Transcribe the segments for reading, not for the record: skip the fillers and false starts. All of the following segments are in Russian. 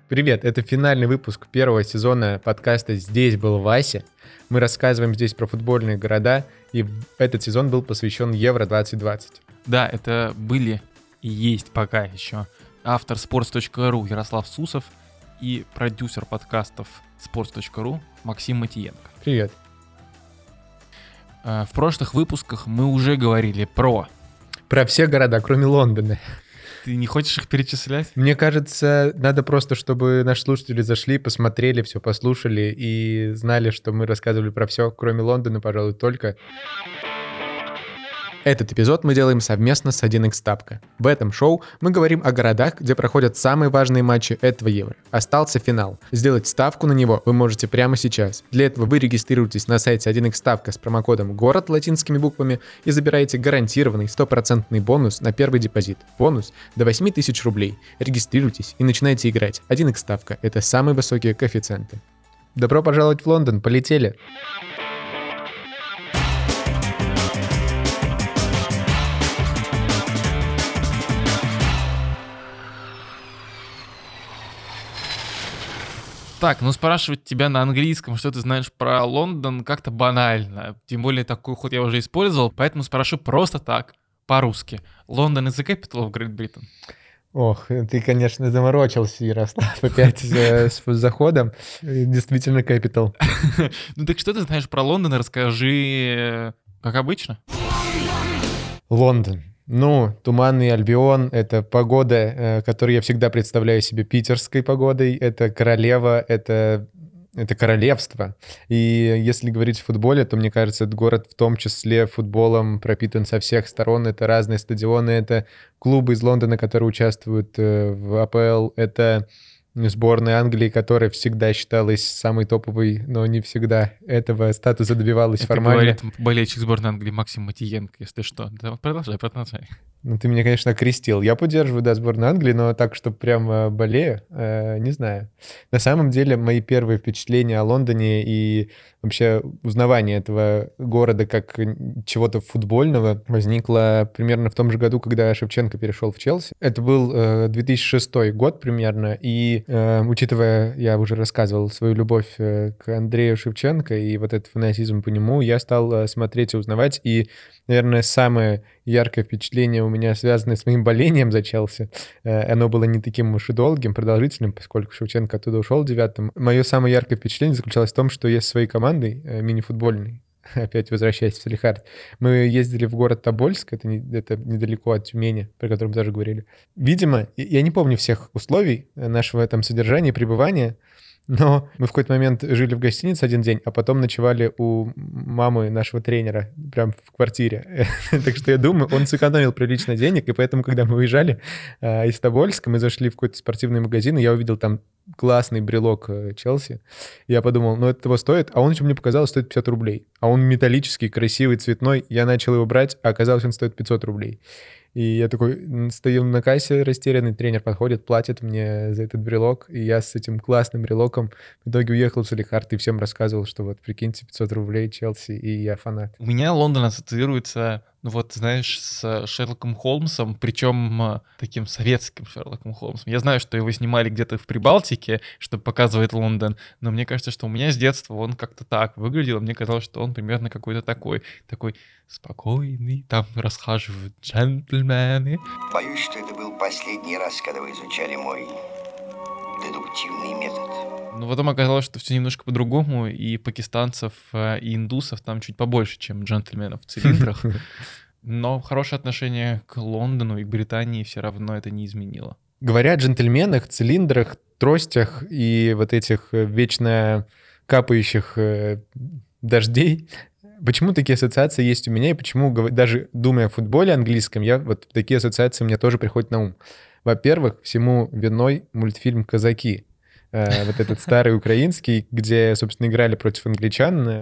Привет, это финальный выпуск первого сезона подкаста «Здесь был Вася». Мы рассказываем здесь про футбольные города, и этот сезон был посвящен Евро-2020. Да, это были и есть пока еще автор sports.ru Ярослав Сусов и продюсер подкастов sports.ru Максим Матиенко. Привет. В прошлых выпусках мы уже говорили про все города, кроме Лондона. Ты не хочешь их перечислять? Мне кажется, надо просто, чтобы наши слушатели зашли, посмотрели все, послушали и знали, что мы рассказывали про все, кроме Лондона, пожалуй, только. Этот эпизод мы делаем совместно с 1x Ставка. В этом шоу мы говорим о городах, где проходят самые важные матчи этого Евро. Остался финал. Сделать ставку на него вы можете прямо сейчас. Для этого вы регистрируетесь на сайте 1x Ставка с промокодом «Город» латинскими буквами и забираете гарантированный 100% бонус на первый депозит. Бонус до 8000 рублей. Регистрируйтесь и начинайте играть. 1x Ставка – это самые высокие коэффициенты. Добро пожаловать в Лондон, полетели! Так, спрашивать тебя на английском, что ты знаешь про Лондон, как-то банально. Тем более такой ход я уже использовал, поэтому спрошу просто так, по-русски. Лондон is the capital of Great Britain. Ох, ты, конечно, заморочился, Ярослав, опять с заходом. Действительно, capital. Так что ты знаешь про Лондон? Расскажи, как обычно. Лондон. Туманный Альбион — это погода, которую я всегда представляю себе питерской погодой. Это королева, это королевство. И если говорить о футболе, то, мне кажется, этот город в том числе футболом пропитан со всех сторон. Это разные стадионы, это клубы из Лондона, которые участвуют в АПЛ, это сборная Англии, которая всегда считалась самой топовой, но не всегда этого статуса добивалась формально. Это говорит болельщик сборной Англии Максим Матиенко, если что. Да, продолжай. Ты меня, конечно, окрестил. Я поддерживаю, сборную Англии, но так, чтобы прям болею, не знаю. На самом деле, мои первые впечатления о Лондоне и вообще узнавание этого города как чего-то футбольного возникло примерно в том же году, когда Шевченко перешел в Челси. Это был 2006 год примерно, и учитывая, я уже рассказывал, свою любовь к Андрею Шевченко и вот этот фанатизм по нему, я стал смотреть и узнавать, и, наверное, самое яркое впечатление у меня связано с моим болением за Челси. Оно было не таким уж и долгим, продолжительным, поскольку Шевченко оттуда ушел 9-м. Мое самое яркое впечатление заключалось в том, что я со своей командой мини-футбольной, опять возвращаясь в Салехард, мы ездили в город Тобольск, это недалеко от Тюмени, про который мы тоже говорили. Видимо, я не помню всех условий нашего там содержания и пребывания, но мы в какой-то момент жили в гостинице один день, а потом ночевали у мамы нашего тренера, прям в квартире. Так что я думаю, он сэкономил прилично денег, и поэтому, когда мы уезжали из Тобольска, мы зашли в какой-то спортивный магазин, и я увидел там классный брелок Челси. Я подумал, это того стоит, а он еще мне показалось, стоит 50 рублей. А он металлический, красивый, цветной. Я начал его брать, а оказалось, он стоит 500 рублей. И я такой стою на кассе растерянный, тренер подходит, платит мне за этот брелок, и я с этим классным брелоком в итоге уехал в Салехард и всем рассказывал, что вот, прикиньте, 500 рублей Челси, и я фанат. У меня Лондон ассоциируется, знаешь, с Шерлоком Холмсом, причем таким советским Шерлоком Холмсом. Я знаю, что его снимали где-то в Прибалтике, чтобы показывать Лондон, но мне кажется, что у меня с детства он как-то так выглядел, мне казалось, что он примерно какой-то такой спокойный, там расхаживают джентльмены. Боюсь, что это был последний раз, когда вы изучали мой дедуктивный метод. Потом оказалось, что все немножко по-другому, и пакистанцев, и индусов там чуть побольше, чем джентльменов в цилиндрах. Но хорошее отношение к Лондону и к Британии все равно это не изменило. Говоря о джентльменах, цилиндрах, тростях и вот этих вечно капающих дождей, почему такие ассоциации есть у меня, и почему, даже думая о футболе английском, такие ассоциации мне тоже приходят на ум. Во-первых, всему виной мультфильм «Казаки». Вот этот старый украинский, где, собственно, играли против англичан.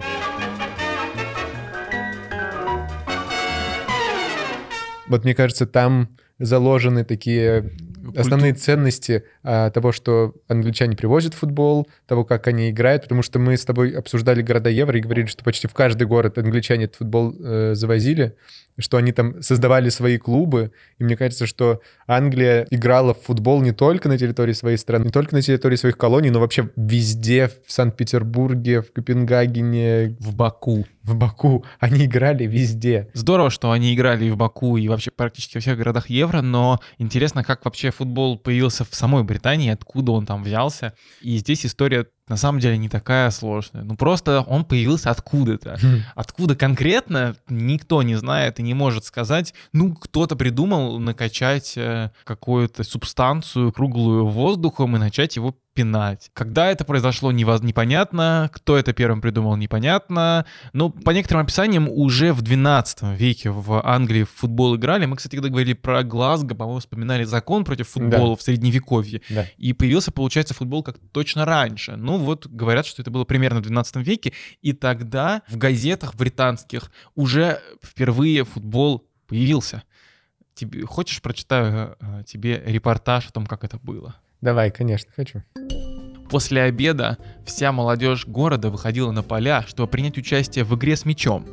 Мне кажется, там заложены такие основные ценности того, что англичане привозят футбол, того, как они играют, потому что мы с тобой обсуждали города Евро и говорили, что почти в каждый город англичане этот футбол завозили, что они там создавали свои клубы, и мне кажется, что Англия играла в футбол не только на территории своей страны, не только на территории своих колоний, но вообще везде, в Санкт-Петербурге, в Копенгагене, В Баку. в Баку. Они играли везде. Здорово, что они играли и в Баку, и вообще практически во всех городах Евро, но интересно, как вообще футбол появился в самой Британии, откуда он там взялся. И здесь история на самом деле не такая сложная. Ну просто он появился откуда-то. Откуда конкретно, никто не знает и не может сказать. Ну, кто-то придумал накачать какую-то субстанцию круглую воздухом и начать его пинать. Когда это произошло, непонятно. Кто это первым придумал, непонятно. Но по некоторым описаниям уже в 12 веке в Англии в футбол играли. Мы, кстати, когда говорили про Глазго, по-моему, вспоминали закон против футбола в Средневековье. Да. И появился, получается, футбол как точно раньше. Ну вот говорят, что это было примерно в 12 веке. И тогда в газетах британских уже впервые футбол появился. Хочешь, прочитаю тебе репортаж о том, как это было? Давай, конечно, хочу. После обеда вся молодежь города выходила на поля, чтобы принять участие в игре с мячом.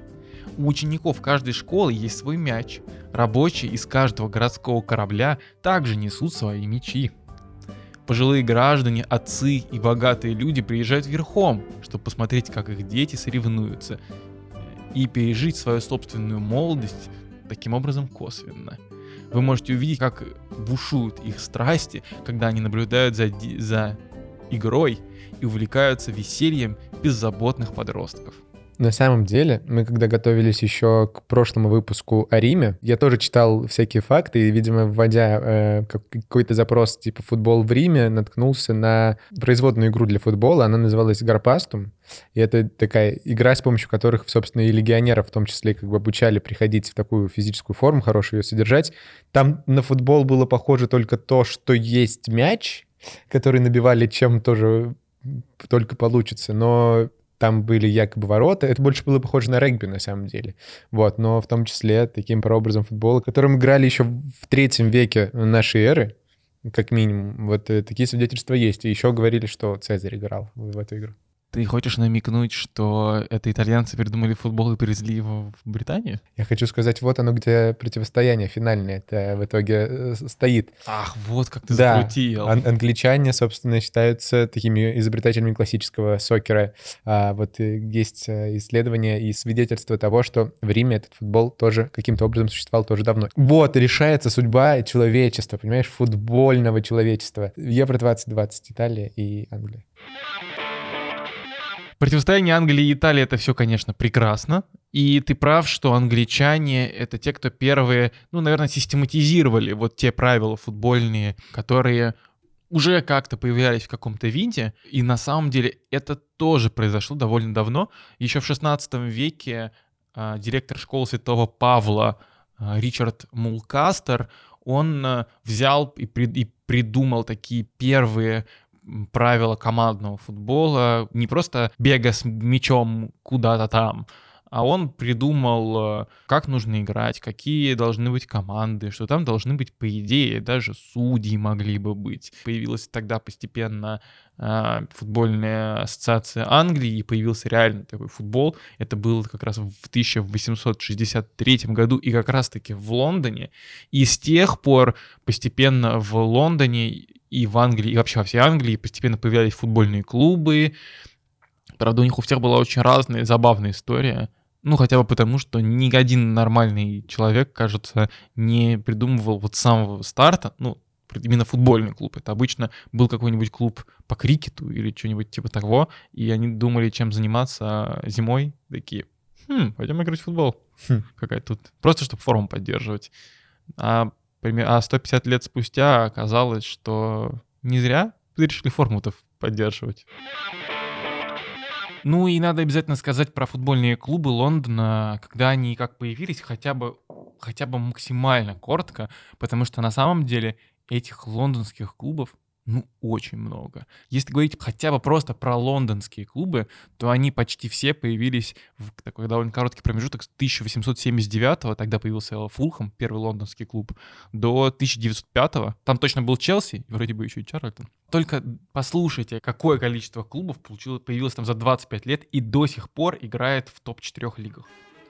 У учеников каждой школы есть свой мяч. Рабочие из каждого городского корабля также несут свои мячи. Пожилые граждане, отцы и богатые люди приезжают верхом, чтобы посмотреть, как их дети соревнуются, и пережить свою собственную молодость таким образом косвенно. Вы можете увидеть, как бушуют их страсти, когда они наблюдают за игрой и увлекаются весельем беззаботных подростков. На самом деле, мы когда готовились еще к прошлому выпуску о Риме, я тоже читал всякие факты, и, видимо, вводя какой-то запрос типа «футбол в Риме», наткнулся на производную игру для футбола, она называлась «Гарпастум», и это такая игра, с помощью которых, собственно, и легионеров в том числе как бы обучали приходить в такую физическую форму, хорошую ее содержать. Там на футбол было похоже только то, что есть мяч, который набивали чем тоже только получится, но там были якобы ворота. Это больше было похоже на регби, на самом деле. Вот, но в том числе таким прообразом футбола, которым играли еще в 3 веке нашей эры, как минимум. Вот такие свидетельства есть. И еще говорили, что Цезарь играл в эту игру. Ты хочешь намекнуть, что это итальянцы придумали футбол и привезли его в Британию? Я хочу сказать, вот оно, где противостояние финальное это в итоге стоит. Ах, вот как ты Да, закрутил. англичане, собственно, считаются такими изобретателями классического сокера. Вот есть исследования и свидетельства того, что в Риме этот футбол тоже каким-то образом существовал тоже давно. Вот, решается судьба человечества, понимаешь, футбольного человечества. Евро 2020, Италия и Англия. Противостояние Англии и Италии — это все, конечно, прекрасно. И ты прав, что англичане — это те, кто первые, ну, наверное, систематизировали вот те правила футбольные, которые уже как-то появлялись в каком-то виде. И на самом деле это тоже произошло довольно давно. Еще в 16 веке директор школы Святого Павла Ричард Мулкастер, он взял и придумал такие первые правила командного футбола, не просто бега с мячом куда-то там, а он придумал, как нужно играть, какие должны быть команды, что там должны быть, по идее, даже судьи могли бы быть. Появилась тогда постепенно футбольная ассоциация Англии, и появился реально такой футбол. Это было как раз в 1863 году, и как раз-таки в Лондоне. И с тех пор постепенно в Лондоне и в Англии, и вообще во всей Англии постепенно появлялись футбольные клубы. Правда, у них у всех была очень разная, забавная история. Ну, хотя бы потому, что ни один нормальный человек, кажется, не придумывал вот с самого старта, ну, именно футбольный клуб. Это обычно был какой-нибудь клуб по крикету или что-нибудь типа того, и они думали, чем заниматься зимой. Такие, пойдем играть в футбол. Какая тут... Просто, чтобы форму поддерживать. А 150 лет спустя оказалось, что не зря решили форму-то поддерживать. Ну и надо обязательно сказать про футбольные клубы Лондона, когда они как появились, хотя бы максимально коротко, потому что на самом деле этих лондонских клубов Ну, очень много. Если говорить хотя бы просто про лондонские клубы, то они почти все появились в такой довольно короткий промежуток с 1879-го, тогда появился Фулхэм, первый лондонский клуб, до 1905-го. Там точно был Челси, вроде бы еще и Чарльтон. Только послушайте, какое количество клубов появилось там за 25 лет и до сих пор играет в топ-4 лигах.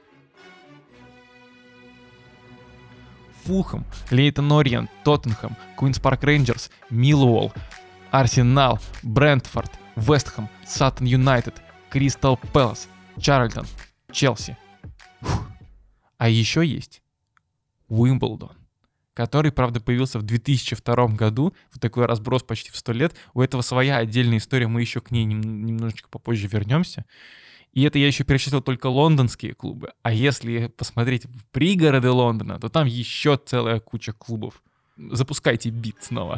Фулхэм, Лейтон Ориент, Тоттенхэм, Куинс Парк Рейнджерс, Миллуолл, Арсенал, Брентфорд, Вестхэм, Саттон Юнайтед, Кристал Пэлас, Чарльтон, Челси. А еще есть Уимблдон, который, правда, появился в 2002 году, в такой разброс почти в 100 лет. У этого своя отдельная история, мы еще к ней немножечко попозже вернемся. И это я еще перечислил только лондонские клубы. А если посмотреть в пригороды Лондона, то там еще целая куча клубов. Запускайте бит снова.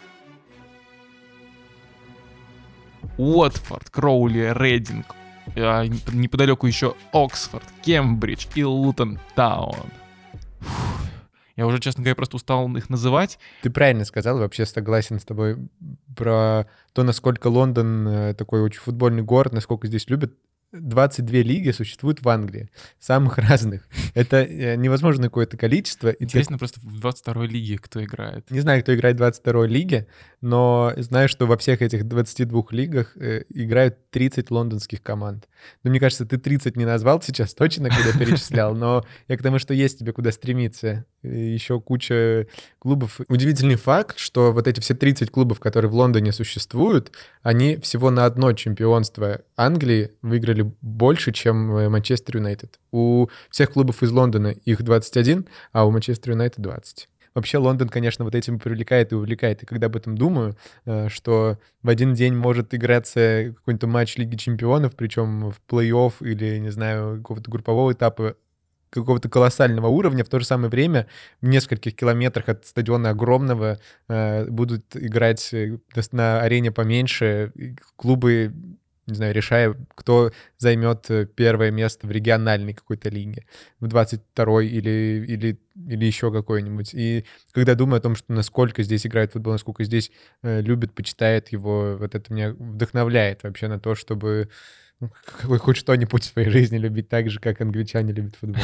Уотфорд, Кроули, Рейдинг. Неподалеку еще Оксфорд, Кембридж и Лутон Таун. Я уже, честно говоря, просто устал их называть. Ты правильно сказал, вообще согласен с тобой про то, насколько Лондон такой очень футбольный город, насколько здесь любят. 22 лиги существуют в Англии, самых разных. Это невозможно какое-то количество. Интересно просто в 22-й лиге кто играет. Не знаю, кто играет в 22-й лиге, но знаю, что во всех этих 22 лигах играют 30 лондонских команд. Но мне кажется, ты 30 не назвал сейчас точно, когда перечислял, но я к тому, что есть тебе куда стремиться. Еще куча клубов. Удивительный факт, что вот эти все 30 клубов, которые в Лондоне существуют, они всего на одно чемпионство Англии выиграли больше, чем Манчестер Юнайтед. У всех клубов из Лондона их 21, а у Манчестер Юнайтед 20. Вообще Лондон, конечно, вот этим привлекает и увлекает. И когда об этом думаю, что в один день может играться какой-то матч Лиги Чемпионов, причем в плей-офф или, не знаю, какого-то группового этапа, какого-то колоссального уровня, в то же самое время в нескольких километрах от стадиона огромного будут играть на арене поменьше клубы, не знаю, решая, кто займет первое место в региональной какой-то лиге, в 22-й или еще какой-нибудь. И когда думаю о том, что насколько здесь играет футбол, насколько здесь любят, почитают его, вот это меня вдохновляет вообще на то, чтобы хоть что-нибудь в своей жизни любить так же, как англичане любят футбол.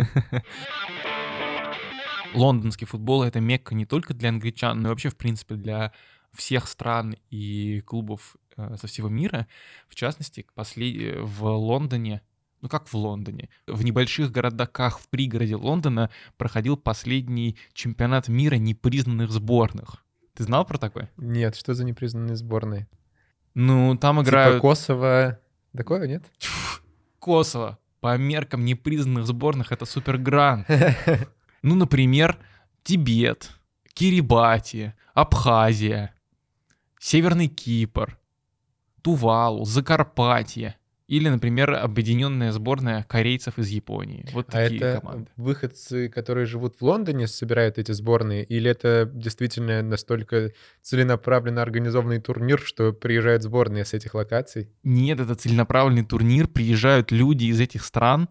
Лондонский футбол — это мекка не только для англичан, но и вообще, в принципе, для всех стран и клубов со всего мира. В частности, в Лондоне, ну как в Лондоне, в небольших городках в пригороде Лондона проходил последний чемпионат мира непризнанных сборных. Ты знал про такое? Нет, что за непризнанные сборные? Ну, там играют... Типа Косово... Такого нет? Косово. По меркам непризнанных сборных это супергрант. Ну, например, Тибет, Кирибати, Абхазия, Северный Кипр, Тувалу, Закарпатье. Или, например, объединенная сборная корейцев из Японии. Вот такие это команды. Выходцы, которые живут в Лондоне, собирают эти сборные? Или это действительно настолько целенаправленно организованный турнир, что приезжают сборные с этих локаций? Нет, это целенаправленный турнир. Приезжают люди из этих стран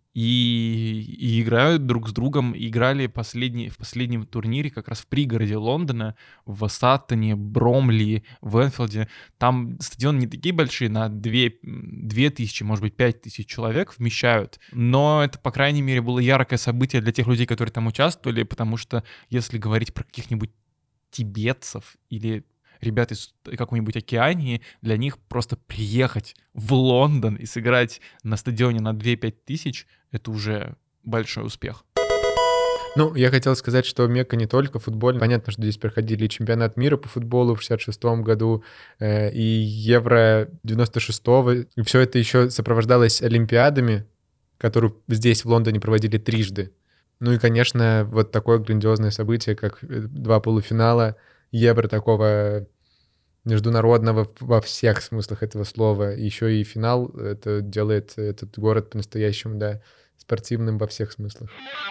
и играют друг с другом. Играли в последнем турнире как раз в пригороде Лондона, в Саттоне, Бромли, в Энфилде. Там стадионы не такие большие, на 2000, может быть, 5000 человек вмещают. Но это, по крайней мере, было яркое событие для тех людей, которые там участвовали, потому что если говорить про каких-нибудь тибетцев или ребят из какой-нибудь Океании, для них просто приехать в Лондон и сыграть на стадионе на 2-5 тысяч — это уже большой успех. Ну, я хотел сказать, что мекка не только футбольная. Понятно, что здесь проходили чемпионат мира по футболу в 66-м году и Евро 96-го. И все это еще сопровождалось олимпиадами, которые здесь, в Лондоне, проводили трижды. Ну и, конечно, вот такое грандиозное событие, как 2 полуфинала Евро такого международного во всех смыслах этого слова. Еще и финал, это делает этот город по-настоящему, да, спортивным во всех смыслах.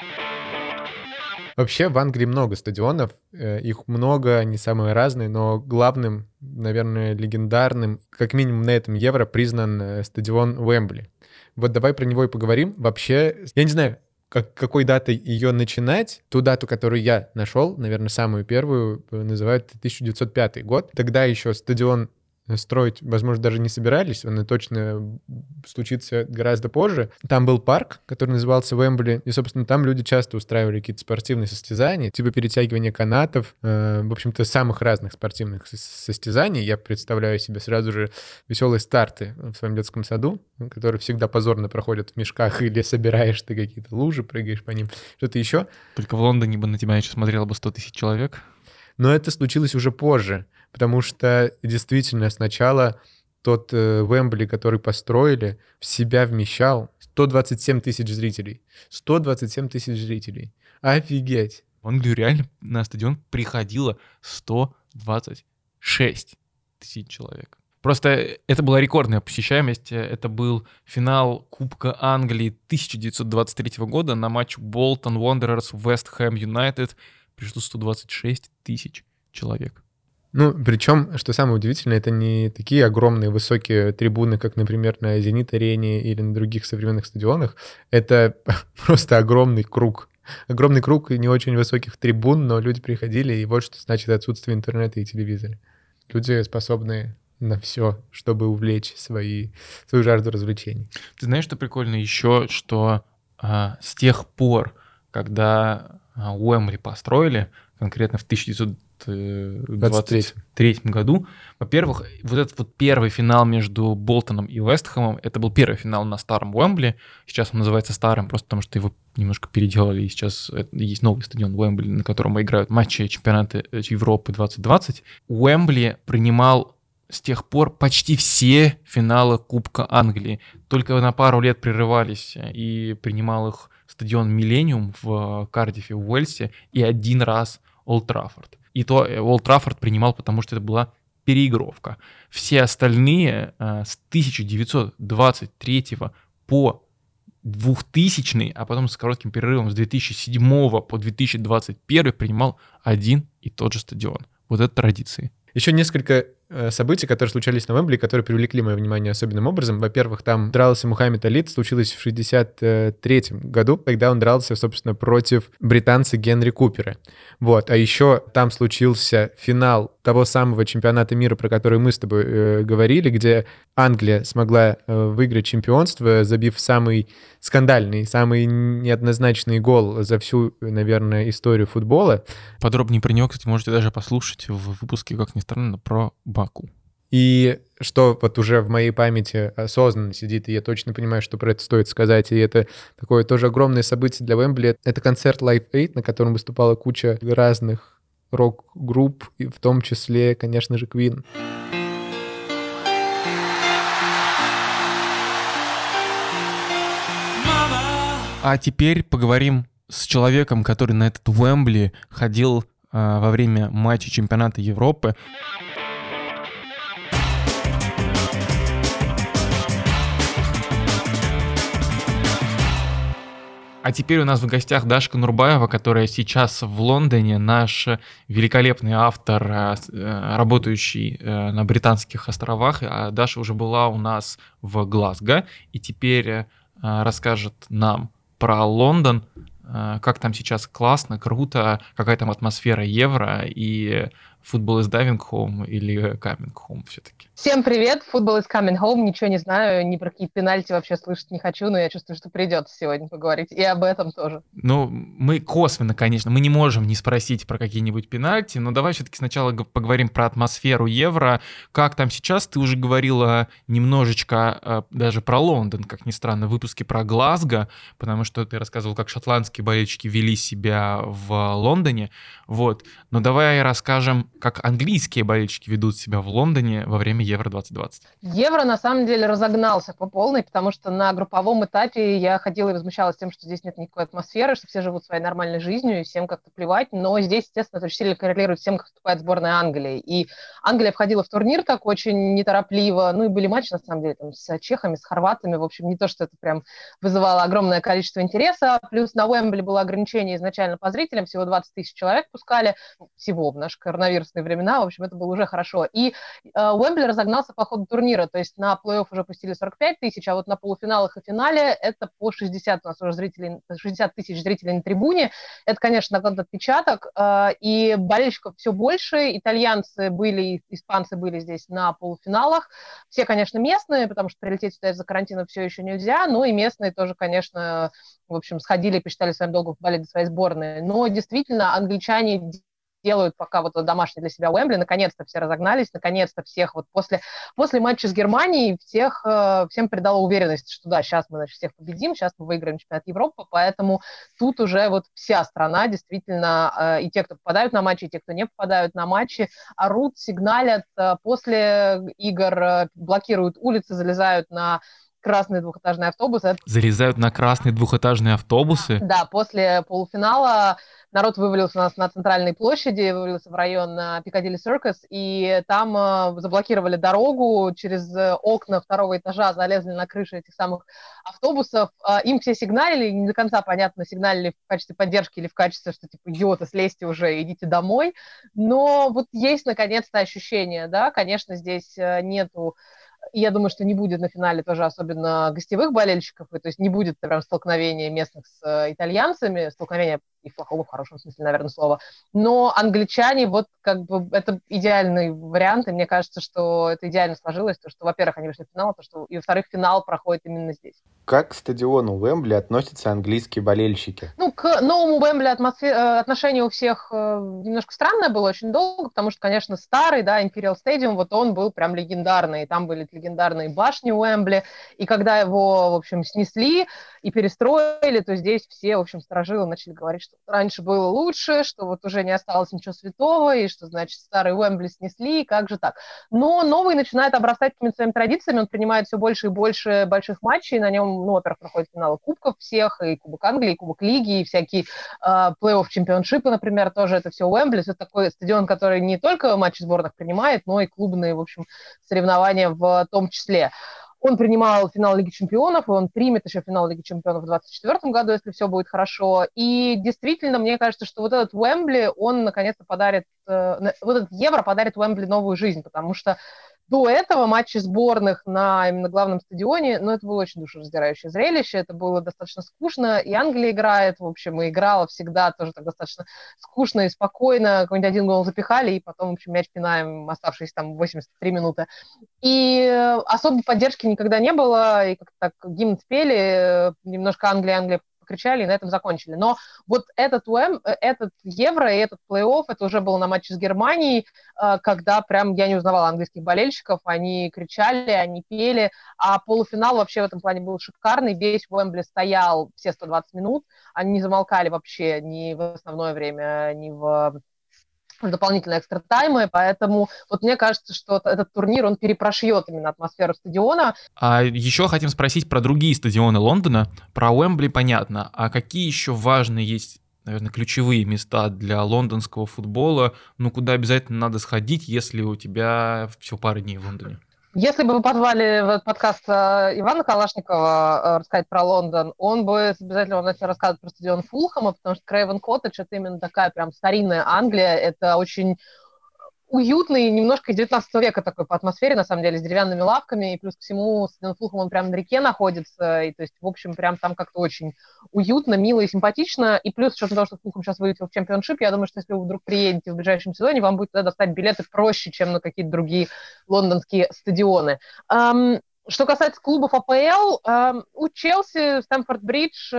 Вообще в Англии много стадионов, их много, они самые разные, но главным, наверное, легендарным, как минимум на этом Евро, признан стадион Уэмбли. Вот давай про него и поговорим. Вообще, я не знаю, какой датой ее начинать. Ту дату, которую я нашел, наверное, самую первую, называют 1905 год. Тогда еще стадион строить, возможно, даже не собирались, он и точно случится гораздо позже. Там был парк, который назывался Уэмбли, и, собственно, там люди часто устраивали какие-то спортивные состязания, типа перетягивания канатов, в общем-то, самых разных спортивных состязаний. Я представляю себе сразу же веселые старты в своем детском саду, которые всегда позорно проходят в мешках, или собираешь ты какие-то лужи, прыгаешь по ним, что-то еще. Только в Лондоне бы на тебя еще смотрело бы 100 тысяч человек. Но это случилось уже позже, потому что действительно сначала тот Уэмбли, который построили, в себя вмещал 127 тысяч зрителей. 127 тысяч зрителей. Офигеть! В Англию реально на стадион приходило 126 тысяч человек. Просто это была рекордная посещаемость. Это был финал Кубка Англии 1923 года на матч Болтон Wanderers Вест Хэм Юнайтед. Пришло 126 тысяч человек. Ну, причем, что самое удивительное, это не такие огромные высокие трибуны, как, например, на «Зенит-арене» или на других современных стадионах. Это просто огромный круг. Огромный круг и не очень высоких трибун, но люди приходили, и вот что значит отсутствие интернета и телевизора. Люди способны на все, чтобы увлечь свою жажду развлечений. Ты знаешь, что прикольно еще, что с тех пор, когда Уэмбли построили, конкретно в 1923 году, во-первых, вот этот вот первый финал между Болтоном и Вестхэмом, это был первый финал на старом Уэмбли. Сейчас он называется старым, просто потому что его немножко переделали, и сейчас есть новый стадион Уэмбли, на котором играют матчи чемпионата Европы 2020. Уэмбли принимал с тех пор почти все финалы Кубка Англии. Только на пару лет прерывались, и принимал их стадион Миллениум в Кардифе, в Уэльсе, и один раз Олд Траффорд. И то Олд Траффорд принимал, потому что это была переигровка. Все остальные с 1923 по 2000, а потом с коротким перерывом с 2007 по 2021 принимал один и тот же стадион. Вот это традиции. Еще несколько событий, которые случались на Уэмбли, которые привлекли мое внимание особенным образом. Во-первых, там дрался Мухаммед Али, это случилось в 1963 году, когда он дрался, собственно, против британца Генри Купера. Вот. А еще там случился финал того самого чемпионата мира, про который мы с тобой говорили, где Англия смогла выиграть чемпионство, забив самый скандальный, самый неоднозначный гол за всю, наверное, историю футбола. Подробнее про него, кстати, можете даже послушать в выпуске, как ни странно, про Баку. И что вот уже в моей памяти осознанно сидит, и я точно понимаю, что про это стоит сказать, и это такое тоже огромное событие для Уэмбли. Это концерт Live Aid, на котором выступала куча разных рок-групп, и в том числе, конечно же, Queen. А теперь поговорим с человеком, который на этот Уэмбли ходил во время матча чемпионата Европы. А теперь у нас в гостях Дашка Нурбаева, которая сейчас в Лондоне, наш великолепный автор, работающий на Британских островах. Даша уже была у нас в Глазго и теперь расскажет нам про Лондон, как там сейчас классно, круто, какая там атмосфера Евро и футбол is diving home или coming home все-таки. Всем привет, футбол is coming home, ничего не знаю, ни про какие пенальти вообще слышать не хочу, но я чувствую, что придется сегодня поговорить и об этом тоже. Ну, мы косвенно, конечно, мы не можем не спросить про какие-нибудь пенальти, но давай все-таки сначала поговорим про атмосферу Евро. Как там сейчас? Ты уже говорила немножечко даже про Лондон, как ни странно, в выпуске про Глазго, потому что ты рассказывал, как шотландские болельщики вели себя в Лондоне, вот. Но давай расскажем, как английские болельщики ведут себя в Лондоне во время Евро-2020. Евро, на самом деле, разогнался по полной, потому что на групповом этапе я ходила и возмущалась тем, что здесь нет никакой атмосферы, что все живут своей нормальной жизнью, и всем как-то плевать. Но здесь, естественно, это очень сильно коррелирует с тем, как выступает сборная Англии. И Англия входила в турнир так очень неторопливо. Ну и были матчи, на самом деле, там, с чехами, с хорватами. В общем, не то, что это прям вызывало огромное количество интереса. Плюс на Уэмбли было ограничение изначально по зрителям. Всего 20 тысяч человек пускали. Всего в наш коронавирус ужасные времена, в общем, это было уже хорошо. И Уэмбли разогнался по ходу турнира, то есть на плей-офф уже пустили 45 тысяч, а вот на полуфиналах и финале это по 60, у нас уже 60 тысяч зрителей на трибуне. Это, конечно, накладывает отпечаток, и болельщиков все больше, итальянцы были, испанцы были здесь на полуфиналах, все, конечно, местные, потому что прилететь сюда из-за карантина все еще нельзя, но и местные тоже, конечно, в общем, сходили и посчитали своим долгом болеть за свои сборные. Но действительно, англичане делают пока вот домашний для себя Уэмбли, наконец-то все разогнались, наконец-то всех вот после матча с Германией всем придало уверенность, что да, сейчас мы, значит, всех победим, сейчас мы выиграем чемпионат Европы, поэтому тут уже вот вся страна действительно, и те, кто попадают на матчи, и те, кто не попадают на матчи, орут, сигналят, после игр блокируют улицы, залезают на красные двухэтажные автобусы. Залезают на красные двухэтажные автобусы? Да, после полуфинала народ вывалился у нас на центральной площади, вывалился в район Пикадилли Circus, и там заблокировали дорогу, через окна второго этажа залезли на крыши этих самых автобусов. Им все сигналили, не до конца понятно, сигналили в качестве поддержки или в качестве, что типа, идиоты, слезьте уже, идите домой. Но вот есть наконец-то ощущение, да, конечно, здесь нету. И я думаю, что не будет на финале тоже особенно гостевых болельщиков, и, то есть не будет прям столкновения местных с итальянцами, столкновения и в плохом, и в хорошем смысле, наверное, слова. Но англичане, вот как бы это идеальный вариант, и мне кажется, что это идеально сложилось, то, что, во-первых, они вышли в финал, то, что, и, во-вторых, финал проходит именно здесь. Как к стадиону Уэмбли относятся английские болельщики? Ну, к новому Уэмбли отношение у всех немножко странное было очень долго, потому что, конечно, старый, да, Imperial Stadium, вот он был прям легендарный, и там были легендарные башни Уэмбли, и когда его, в общем, снесли и перестроили, то здесь все, в общем, старожилы начали говорить, что раньше было лучше, что вот уже не осталось ничего святого, и что, значит, старый Уэмбли снесли, и как же так. Но новый начинает обрастать какими-то своими традициями, он принимает все больше и больше больших матчей, на нем, ну, во-первых, проходят финалы кубков всех, и Кубок Англии, и Кубок Лиги, и всякие плей-офф чемпионшипы, например, тоже это все Уэмбли, это такой стадион, который не только матчи сборных принимает, но и клубные, в общем, соревнования в том числе. Он принимал финал Лиги Чемпионов, и он примет еще финал Лиги Чемпионов в 2024 году, если все будет хорошо. И действительно, мне кажется, что вот этот Уэмбли, он наконец-то подарит, вот этот Евро подарит Уэмбли новую жизнь, потому что до этого матчи сборных на именно главном стадионе, ну, это было очень душераздирающее зрелище, это было достаточно скучно, и Англия играет, в общем, и играла всегда тоже так достаточно скучно и спокойно, какой-нибудь один гол запихали, и потом, в общем, мяч пинаем оставшиеся там 83 минуты. И особой поддержки никогда не было, и как-то так гимн спели, немножко Англия кричали, и на этом закончили. Но вот этот Евро и этот плей-офф, это уже было на матче с Германией, когда прям я не узнавала английских болельщиков, они кричали, они пели, а полуфинал вообще в этом плане был шикарный, весь Уэмбли стоял все 120 минут, они не замолкали вообще ни в основное время, ни в дополнительные экстра-таймы, поэтому вот мне кажется, что этот турнир, он перепрошьет именно атмосферу стадиона. А еще хотим спросить про другие стадионы Лондона. Про Уэмбли понятно. А какие еще важные есть, наверное, ключевые места для лондонского футбола? Ну, куда обязательно надо сходить, если у тебя всего пара дней в Лондоне? Если бы вы позвали в этот подкаст Ивана Калашникова рассказать про Лондон, он бы обязательно вам начал рассказывать про стадион Фулхэма, потому что Крейвен Коттедж — это именно такая прям старинная Англия, это очень уютный, немножко из 19 века такой по атмосфере, на самом деле, с деревянными лавками, и плюс ко всему стадион Фулхэм, он прям на реке находится, и то есть, в общем, прям там как-то очень уютно, мило и симпатично, и плюс, с учетом того, что Фулхэм сейчас вылетел в чемпионшип, я думаю, что если вы вдруг приедете в ближайшем сезоне, вам будет туда достать билеты проще, чем на какие-то другие лондонские стадионы. Что касается клубов АПЛ, у Челси Стэмфорд-Бридж,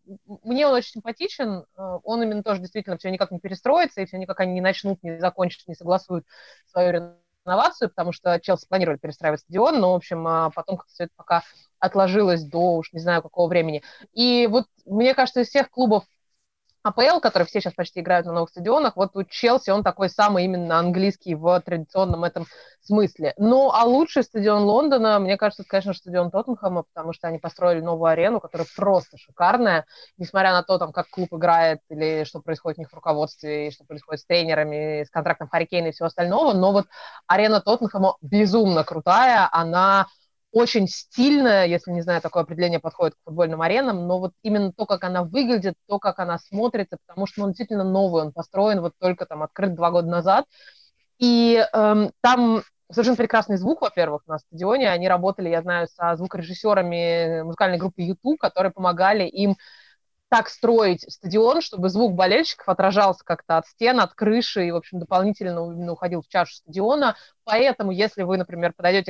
мне он очень симпатичен, он именно тоже действительно все никак не перестроится, и все никак они не начнут, не закончат, не согласуют свою реновацию, потому что Челси планировали перестраивать стадион, но, в общем, потом как-то все это пока отложилось до уж не знаю какого времени. И вот мне кажется, из всех клубов АПЛ, которые все сейчас почти играют на новых стадионах, вот у Челси он такой самый именно английский в традиционном этом смысле. Ну, а лучший стадион Лондона, мне кажется, это, конечно, стадион Тоттенхэма, потому что они построили новую арену, которая просто шикарная, несмотря на то, там, как клуб играет, или что происходит у них в руководстве, и что происходит с тренерами, с контрактом Харри Кейна и всего остального, но вот арена Тоттенхэма безумно крутая, она очень стильная, если, не знаю, такое определение подходит к футбольным аренам, но вот именно то, как она выглядит, то, как она смотрится, потому что он действительно новый, он построен вот только там открыт 2 года назад, И там совершенно прекрасный звук, во-первых, на стадионе. Они работали, я знаю, со звукорежиссерами музыкальной группы YouTube, которые помогали им так строить стадион, чтобы звук болельщиков отражался как-то от стен, от крыши и, в общем, дополнительно именно уходил в чашу стадиона. Поэтому, если вы, например, подойдете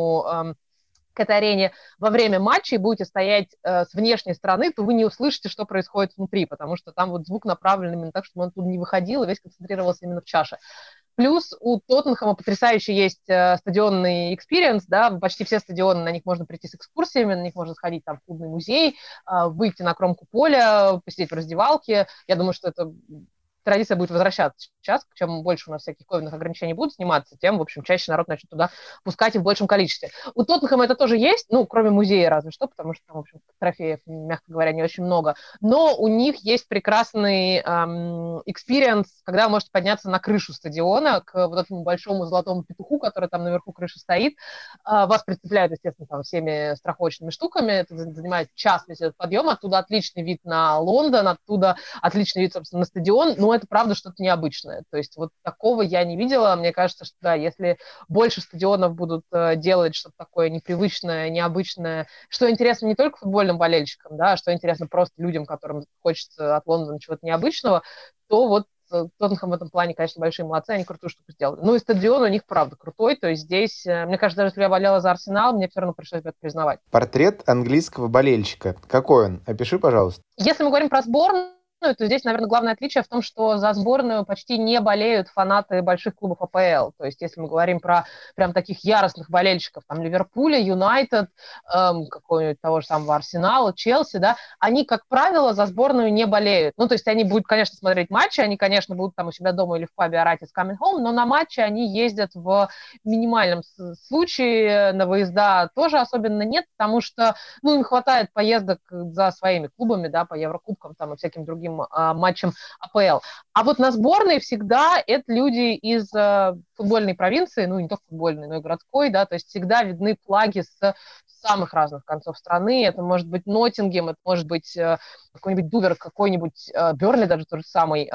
к этой арене во время матча и будете стоять с внешней стороны, то вы не услышите, что происходит внутри, потому что там вот звук направлен именно так, чтобы он оттуда не выходил и весь концентрировался именно в чаше. Плюс у Тоттенхэма потрясающий есть стадионный экспириенс, да, почти все стадионы, на них можно прийти с экскурсиями, на них можно сходить там в клубный музей, выйти на кромку поля, посидеть в раздевалке. Я думаю, что это традиция будет возвращаться сейчас. Чем больше у нас всяких ковидных ограничений будут сниматься, тем, в общем, чаще народ начнет туда пускать и в большем количестве. У Тоттенхэма это тоже есть, ну, кроме музея разве что, потому что там, в общем, трофеев, мягко говоря, не очень много. Но у них есть прекрасный экспириенс, когда вы можете подняться на крышу стадиона к вот этому большому золотому петуху, который там наверху крыши стоит. Вас прицепляют, естественно, там всеми страховочными штуками. Это занимает час весь этот подъем. Оттуда отличный вид на Лондон, оттуда отличный вид, собственно, на стадион. Но это, правда, что-то необычное. То есть вот такого я не видела. Мне кажется, что да, если больше стадионов будут делать что-то такое непривычное, необычное, что интересно не только футбольным болельщикам, да, а что интересно просто людям, которым хочется от Лондона чего-то необычного, то вот Тоттенхэм в этом плане, конечно, большие молодцы, они крутую штуку сделали. Ну и стадион у них, правда, крутой, то есть здесь, мне кажется, даже если я болела за Арсенал, мне все равно пришлось бы это признавать. Портрет английского болельщика. Какой он? Опиши, пожалуйста. Если мы говорим про сборную, то здесь, наверное, главное отличие в том, что за сборную почти не болеют фанаты больших клубов АПЛ. То есть если мы говорим про прям таких яростных болельщиков, там, Ливерпуля, Юнайтед, какого-нибудь того же самого Арсенала, Челси, да, они, как правило, за сборную не болеют. Ну, то есть они будут, конечно, смотреть матчи, они, конечно, будут там у себя дома или в пабе орать «It's coming home», но на матчи они ездят в минимальном случае, на выезда тоже особенно нет, потому что, ну, им хватает поездок за своими клубами, да, по Еврокубкам там и всяким другим матчам АПЛ. А вот на сборной всегда это люди из футбольной провинции, ну, не только футбольной, но и городской, да, то есть всегда видны флаги с самых разных концов страны. Это может быть Ноттингем, это может быть какой-нибудь Дувер, какой-нибудь Бернли даже тот же самый,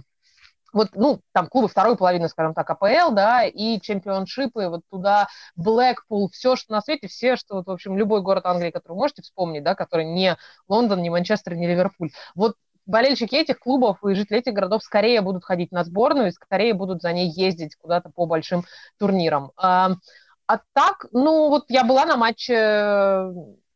вот, ну, там клубы второй половины, скажем так, АПЛ, да, и чемпионшипы, вот туда Блэкпул, все, что на свете, все, что, вот, в общем, любой город Англии, который вы можете вспомнить, да, который не Лондон, не Манчестер, не Ливерпуль. Вот болельщики этих клубов и жители этих городов скорее будут ходить на сборную, и скорее будут за ней ездить куда-то по большим турнирам. А так, ну, вот я была на матче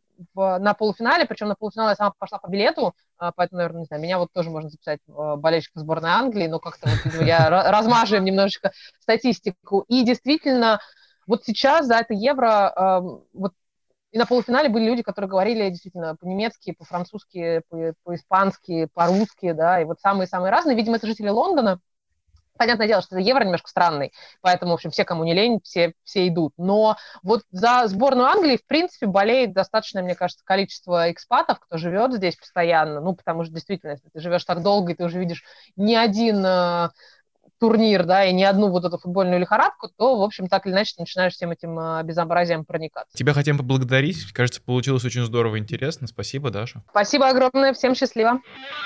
на полуфинале, причем на полуфинале я сама пошла по билету, поэтому, наверное, не знаю, меня вот тоже можно записать болельщиком сборной Англии, но как-то вот я размажем немножечко статистику. И действительно, вот сейчас за это Евро вот и на полуфинале были люди, которые говорили действительно по-немецки, по-французски, по-испански, по-русски, да, и вот самые-самые разные. Видимо, это жители Лондона. Понятное дело, что Евро немножко странный, поэтому, в общем, все, кому не лень, все идут. Но вот за сборную Англии, в принципе, болеет достаточное, мне кажется, количество экспатов, кто живет здесь постоянно, ну, потому что, действительно, если ты живешь так долго, и ты уже видишь не один турнир, да, и не одну вот эту футбольную лихорадку, то, в общем, так или иначе ты начинаешь всем этим безобразием проникаться. Тебя хотим поблагодарить. Кажется, получилось очень здорово и интересно. Спасибо, Даша. Спасибо огромное. Всем счастливо.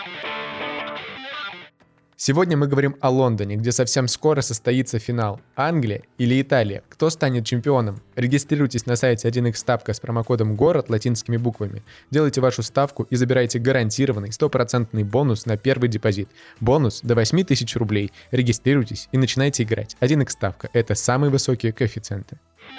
Сегодня мы говорим о Лондоне, где совсем скоро состоится финал. Англия или Италия? Кто станет чемпионом? Регистрируйтесь на сайте 1xставка с промокодом «Город» латинскими буквами. Делайте вашу ставку и забирайте гарантированный 100% бонус на первый депозит. Бонус до 8000 рублей. Регистрируйтесь и начинайте играть. 1xставка – это самые высокие коэффициенты.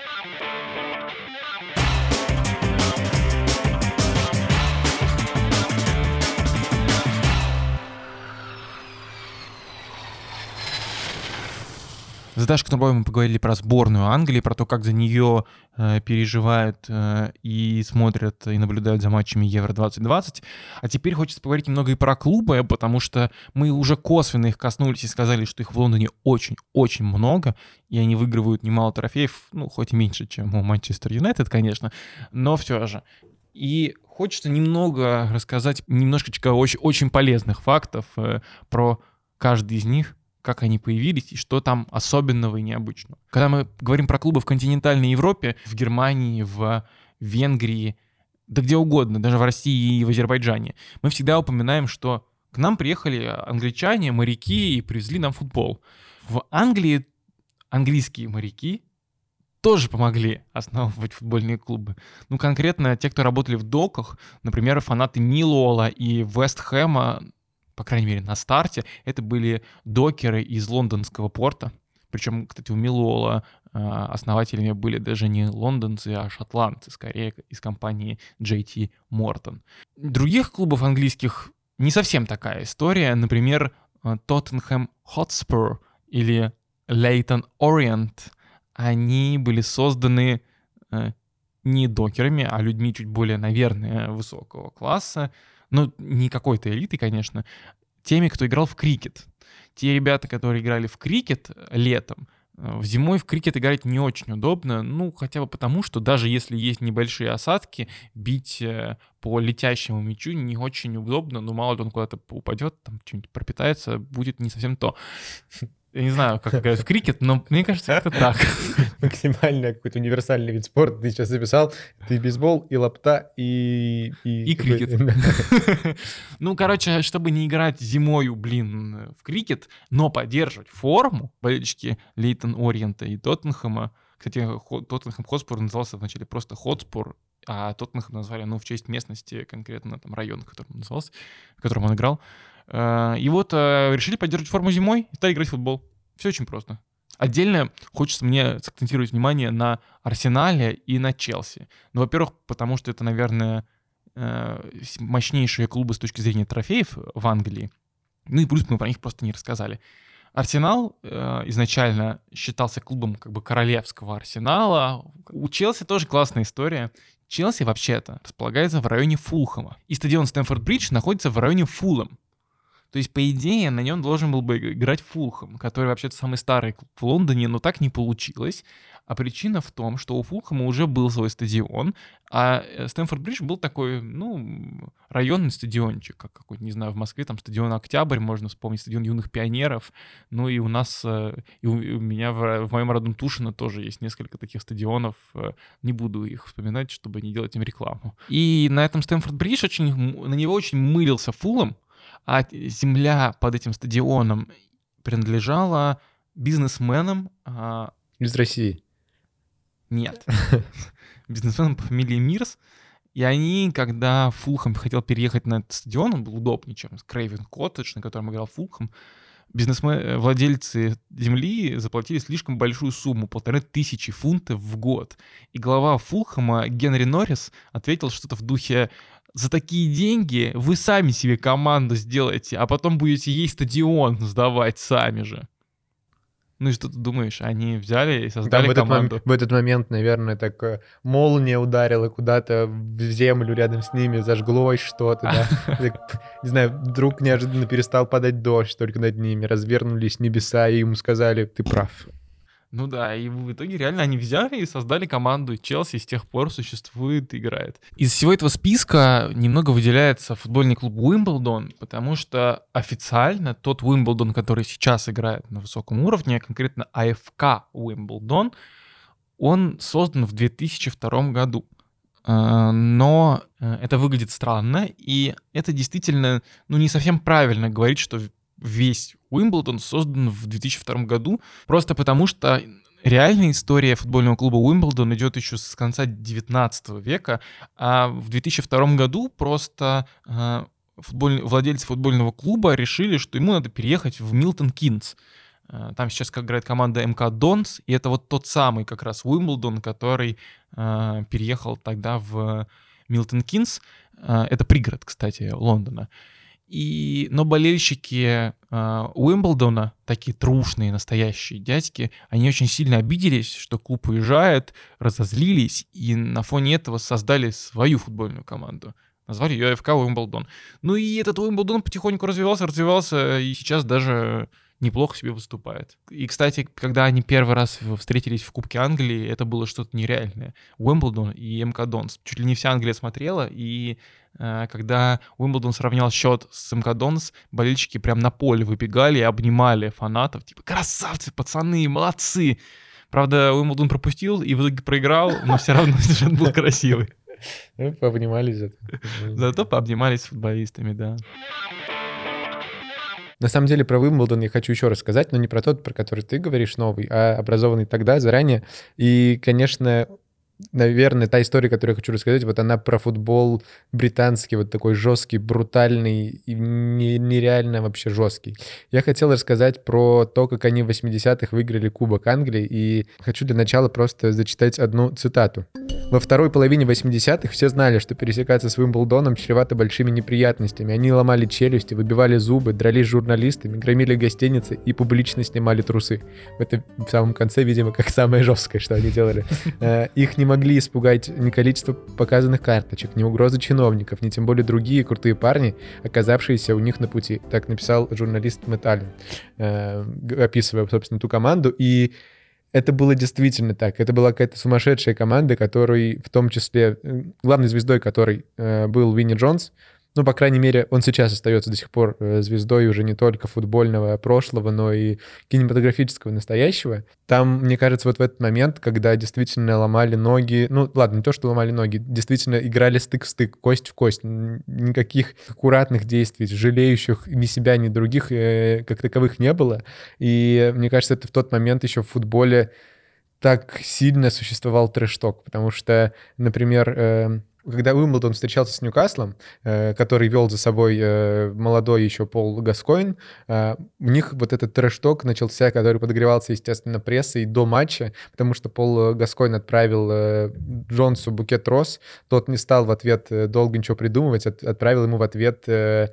С Дашей Кнурбовой мы поговорили про сборную Англии, про то, как за нее переживают и смотрят, и наблюдают за матчами Евро-2020. А теперь хочется поговорить немного и про клубы, потому что мы уже косвенно их коснулись и сказали, что их в Лондоне очень-очень много, и они выигрывают немало трофеев, ну, хоть и меньше, чем у Манчестер Юнайтед, конечно, но все же. И хочется немного рассказать немножечко очень полезных фактов про каждый из них, как они появились и что там особенного и необычного. Когда мы говорим про клубы в континентальной Европе, в Германии, в Венгрии, да где угодно, даже в России и в Азербайджане, мы всегда упоминаем, что к нам приехали англичане, моряки и привезли нам футбол. В Англии английские моряки тоже помогли основывать футбольные клубы. Ну, конкретно те, кто работали в доках, например, фанаты Миллуола и Вест Хэма, по крайней мере, на старте, это были докеры из лондонского порта. Причем, кстати, у Миллуола основателями были даже не лондонцы, а шотландцы, скорее из компании JT Morton. Других клубов английских не совсем такая история. Например, Тоттенхэм Хотспур или Лейтон Ориент, они были созданы не докерами, а людьми чуть более, наверное, высокого класса. Ну, не какой-то элиты, конечно. Теми, кто играл в крикет. Те ребята, которые играли в крикет летом, зимой в крикет играть не очень удобно, ну, хотя бы потому, что даже если есть небольшие осадки, бить по летящему мячу не очень удобно, ну, мало ли он куда-то упадет, там что-нибудь пропитается, будет не совсем то. Я не знаю, как играют в крикет, но мне кажется, это так. Максимально какой-то универсальный вид спорта ты сейчас записал. Это и бейсбол, и лапта, и крикет. Ну, короче, чтобы не играть зимою, в крикет, но поддерживать форму, болельщики Лейтон Ориента и Тоттенхэма, кстати, Тоттенхэм Хотспур назывался вначале просто Хотспур, а Тоттенхэм назвали, в честь местности, конкретно там район, в котором он назывался, в котором он играл. И вот решили поддерживать форму зимой и стали играть в футбол. Все очень просто. Отдельно хочется мне сакцентировать внимание на Арсенале и на Челси. Ну, во-первых, потому что это, наверное, мощнейшие клубы с точки зрения трофеев в Англии. Ну и плюс мы про них просто не рассказали. Арсенал изначально считался клубом как бы королевского Арсенала. У Челси тоже классная история. Челси вообще-то располагается в районе Фулхэма. И стадион Стэмфорд-Бридж находится в районе Фулхэм. То есть, по идее, на нем должен был бы играть Фулхэм, который вообще-то самый старый клуб в Лондоне, но так не получилось. А причина в том, что у Фулхэма уже был свой стадион, а Стэмфорд-Бридж был такой, районный стадиончик, как какой-то, не знаю, в Москве там стадион «Октябрь», можно вспомнить, стадион юных пионеров. Ну и у нас, и у меня в моем родном Тушино тоже есть несколько таких стадионов. Не буду их вспоминать, чтобы не делать им рекламу. И на этом Стэмфорд-Бридж на него очень мылился Фулхэм, а земля под этим стадионом принадлежала бизнесменам... Из России? Нет. Бизнесменам по фамилии Мирс. И они, когда Фулхэм хотел переехать на этот стадион, он был удобнее, чем Крейвен Коттедж, на котором играл Фулхэм, владельцы земли заплатили слишком большую сумму, 1500 фунтов в год. И глава Фулхэма Генри Норрис ответил что-то в духе: за такие деньги вы сами себе команду сделаете, а потом будете ей стадион сдавать сами же. Ну и что ты думаешь? Они взяли и создали команду. В этот момент, наверное, так молния ударила куда-то в землю рядом с ними, зажглось что-то, да. Не знаю, вдруг неожиданно перестал падать дождь только над ними, развернулись небеса и ему сказали: ты прав. Ну да, и в итоге реально они взяли и создали команду. Челси с тех пор существует и играет. Из всего этого списка немного выделяется футбольный клуб Уимблдон, потому что официально тот Уимблдон, который сейчас играет на высоком уровне, конкретно АФК Уимблдон, он создан в 2002 году. Но это выглядит странно, и это действительно, не совсем правильно говорить, что весь Уимблдон создан в 2002 году, просто потому что реальная история футбольного клуба Уимблдон идет еще с конца 19 века, а в 2002 году просто владельцы футбольного клуба решили, что ему надо переехать в Милтон Киндс. Там сейчас играет команда МК Донс, и это вот тот самый как раз Уимблдон, который переехал тогда в Милтон Киндс. Это пригород, кстати, Лондона. Но болельщики Уимблдона, такие трушные, настоящие дядьки, они очень сильно обиделись, что клуб уезжает, разозлились, и на фоне этого создали свою футбольную команду. Назвали ее АФК Уимблдон. Ну и этот Уимблдон потихоньку развивался, и сейчас даже неплохо себе выступает. И, кстати, когда они первый раз встретились в Кубке Англии, это было что-то нереальное. Уимблдон и МК Донс. Чуть ли не вся Англия смотрела, и когда Уимблдон сравнял счет с МК Донс, болельщики прям на поле выбегали и обнимали фанатов. Типа: красавцы, пацаны, молодцы! Правда, Уимблдон пропустил и в итоге проиграл, но все равно сюжет был красивый. Пообнимались зато. Зато пообнимались с футболистами, да. На самом деле про Уимблдон я хочу еще рассказать, но не про тот, про который ты говоришь, новый, а образованный тогда, заранее. И, конечно, наверное, та история, которую я хочу рассказать, вот она про футбол британский, вот такой жесткий, брутальный и нереально вообще жесткий. Я хотел рассказать про то, как они в 80-х выиграли Кубок Англии, и хочу для начала просто зачитать одну цитату. Во второй половине 80-х все знали, что пересекаться с Уимблдоном чревато большими неприятностями. Они ломали челюсти, выбивали зубы, дрались с журналистами, громили гостиницы и публично снимали трусы. Это в самом конце, видимо, как самое жесткое, что они делали. Их не могли испугать ни количество показанных карточек, ни угрозы чиновников, ни тем более другие крутые парни, оказавшиеся у них на пути. Так написал журналист Мэтт Аллен, описывая, собственно, ту команду. И это было действительно так. Это была какая-то сумасшедшая команда, которой, в том числе, главной звездой которой был Винни Джонс. Ну, по крайней мере, он сейчас остается до сих пор звездой уже не только футбольного прошлого, но и кинематографического настоящего. Там, мне кажется, вот в этот момент, когда действительно ломали ноги, ну, ладно, не то, что ломали ноги, действительно играли стык в стык, кость в кость, никаких аккуратных действий, жалеющих ни себя, ни других как таковых не было. И мне кажется, это в тот момент еще в футболе так сильно существовал трэш-ток, потому что, например, когда Уимблдон встречался с Ньюкаслом, который вел за собой молодой еще Пол Гаскойн, у них вот этот трэш-ток начался, который подогревался, естественно, прессой до матча, потому что Пол Гаскойн отправил Джонсу букет роз, тот не стал в ответ долго ничего придумывать, отправил ему в ответ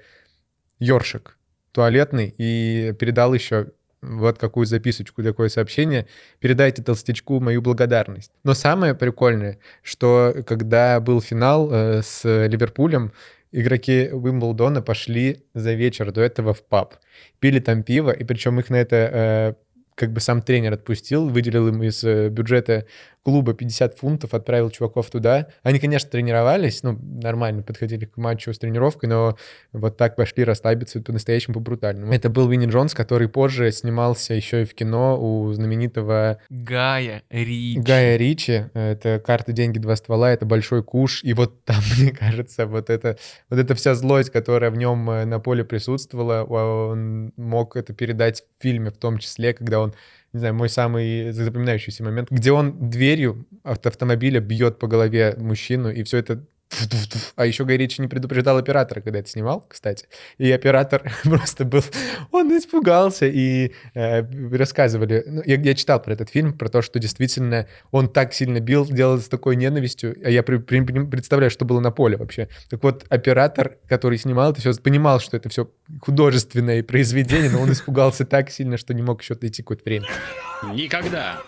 ёршик туалетный и передал еще вот какую записочку, такое сообщение. Передайте толстячку мою благодарность. Но самое прикольное, что когда был финал с Ливерпулем, игроки Уимблдона пошли за вечер до этого в паб. Пили там пиво, и причем их на это как бы сам тренер отпустил, выделил им из бюджета клуба 50 фунтов, отправил чуваков туда. Они, конечно, тренировались, ну, нормально подходили к матчу с тренировкой, но вот так пошли расслабиться по-настоящему, по-брутальному. Это был Винни Джонс, который позже снимался еще и в кино у знаменитого Гая Ричи. Это «Карты, деньги, два ствола», это «Большой куш». И вот там, мне кажется, вот эта вся злость, которая в нем на поле присутствовала, он мог это передать в фильме, в том числе, когда он, не знаю, мой самый запоминающийся момент, где он дверью автомобиля бьет по голове мужчину, и все это... А еще Гай Ричи не предупреждал оператора, когда это снимал, кстати. И оператор просто был... Он испугался, и рассказывали... Ну, я читал про этот фильм, про то, что действительно он так сильно бил, делал с такой ненавистью. А я представляю, что было на поле вообще. Так вот, оператор, который снимал это все, понимал, что это все художественное произведение, но он испугался так сильно, что не мог еще отойти какое-то время. Никогда,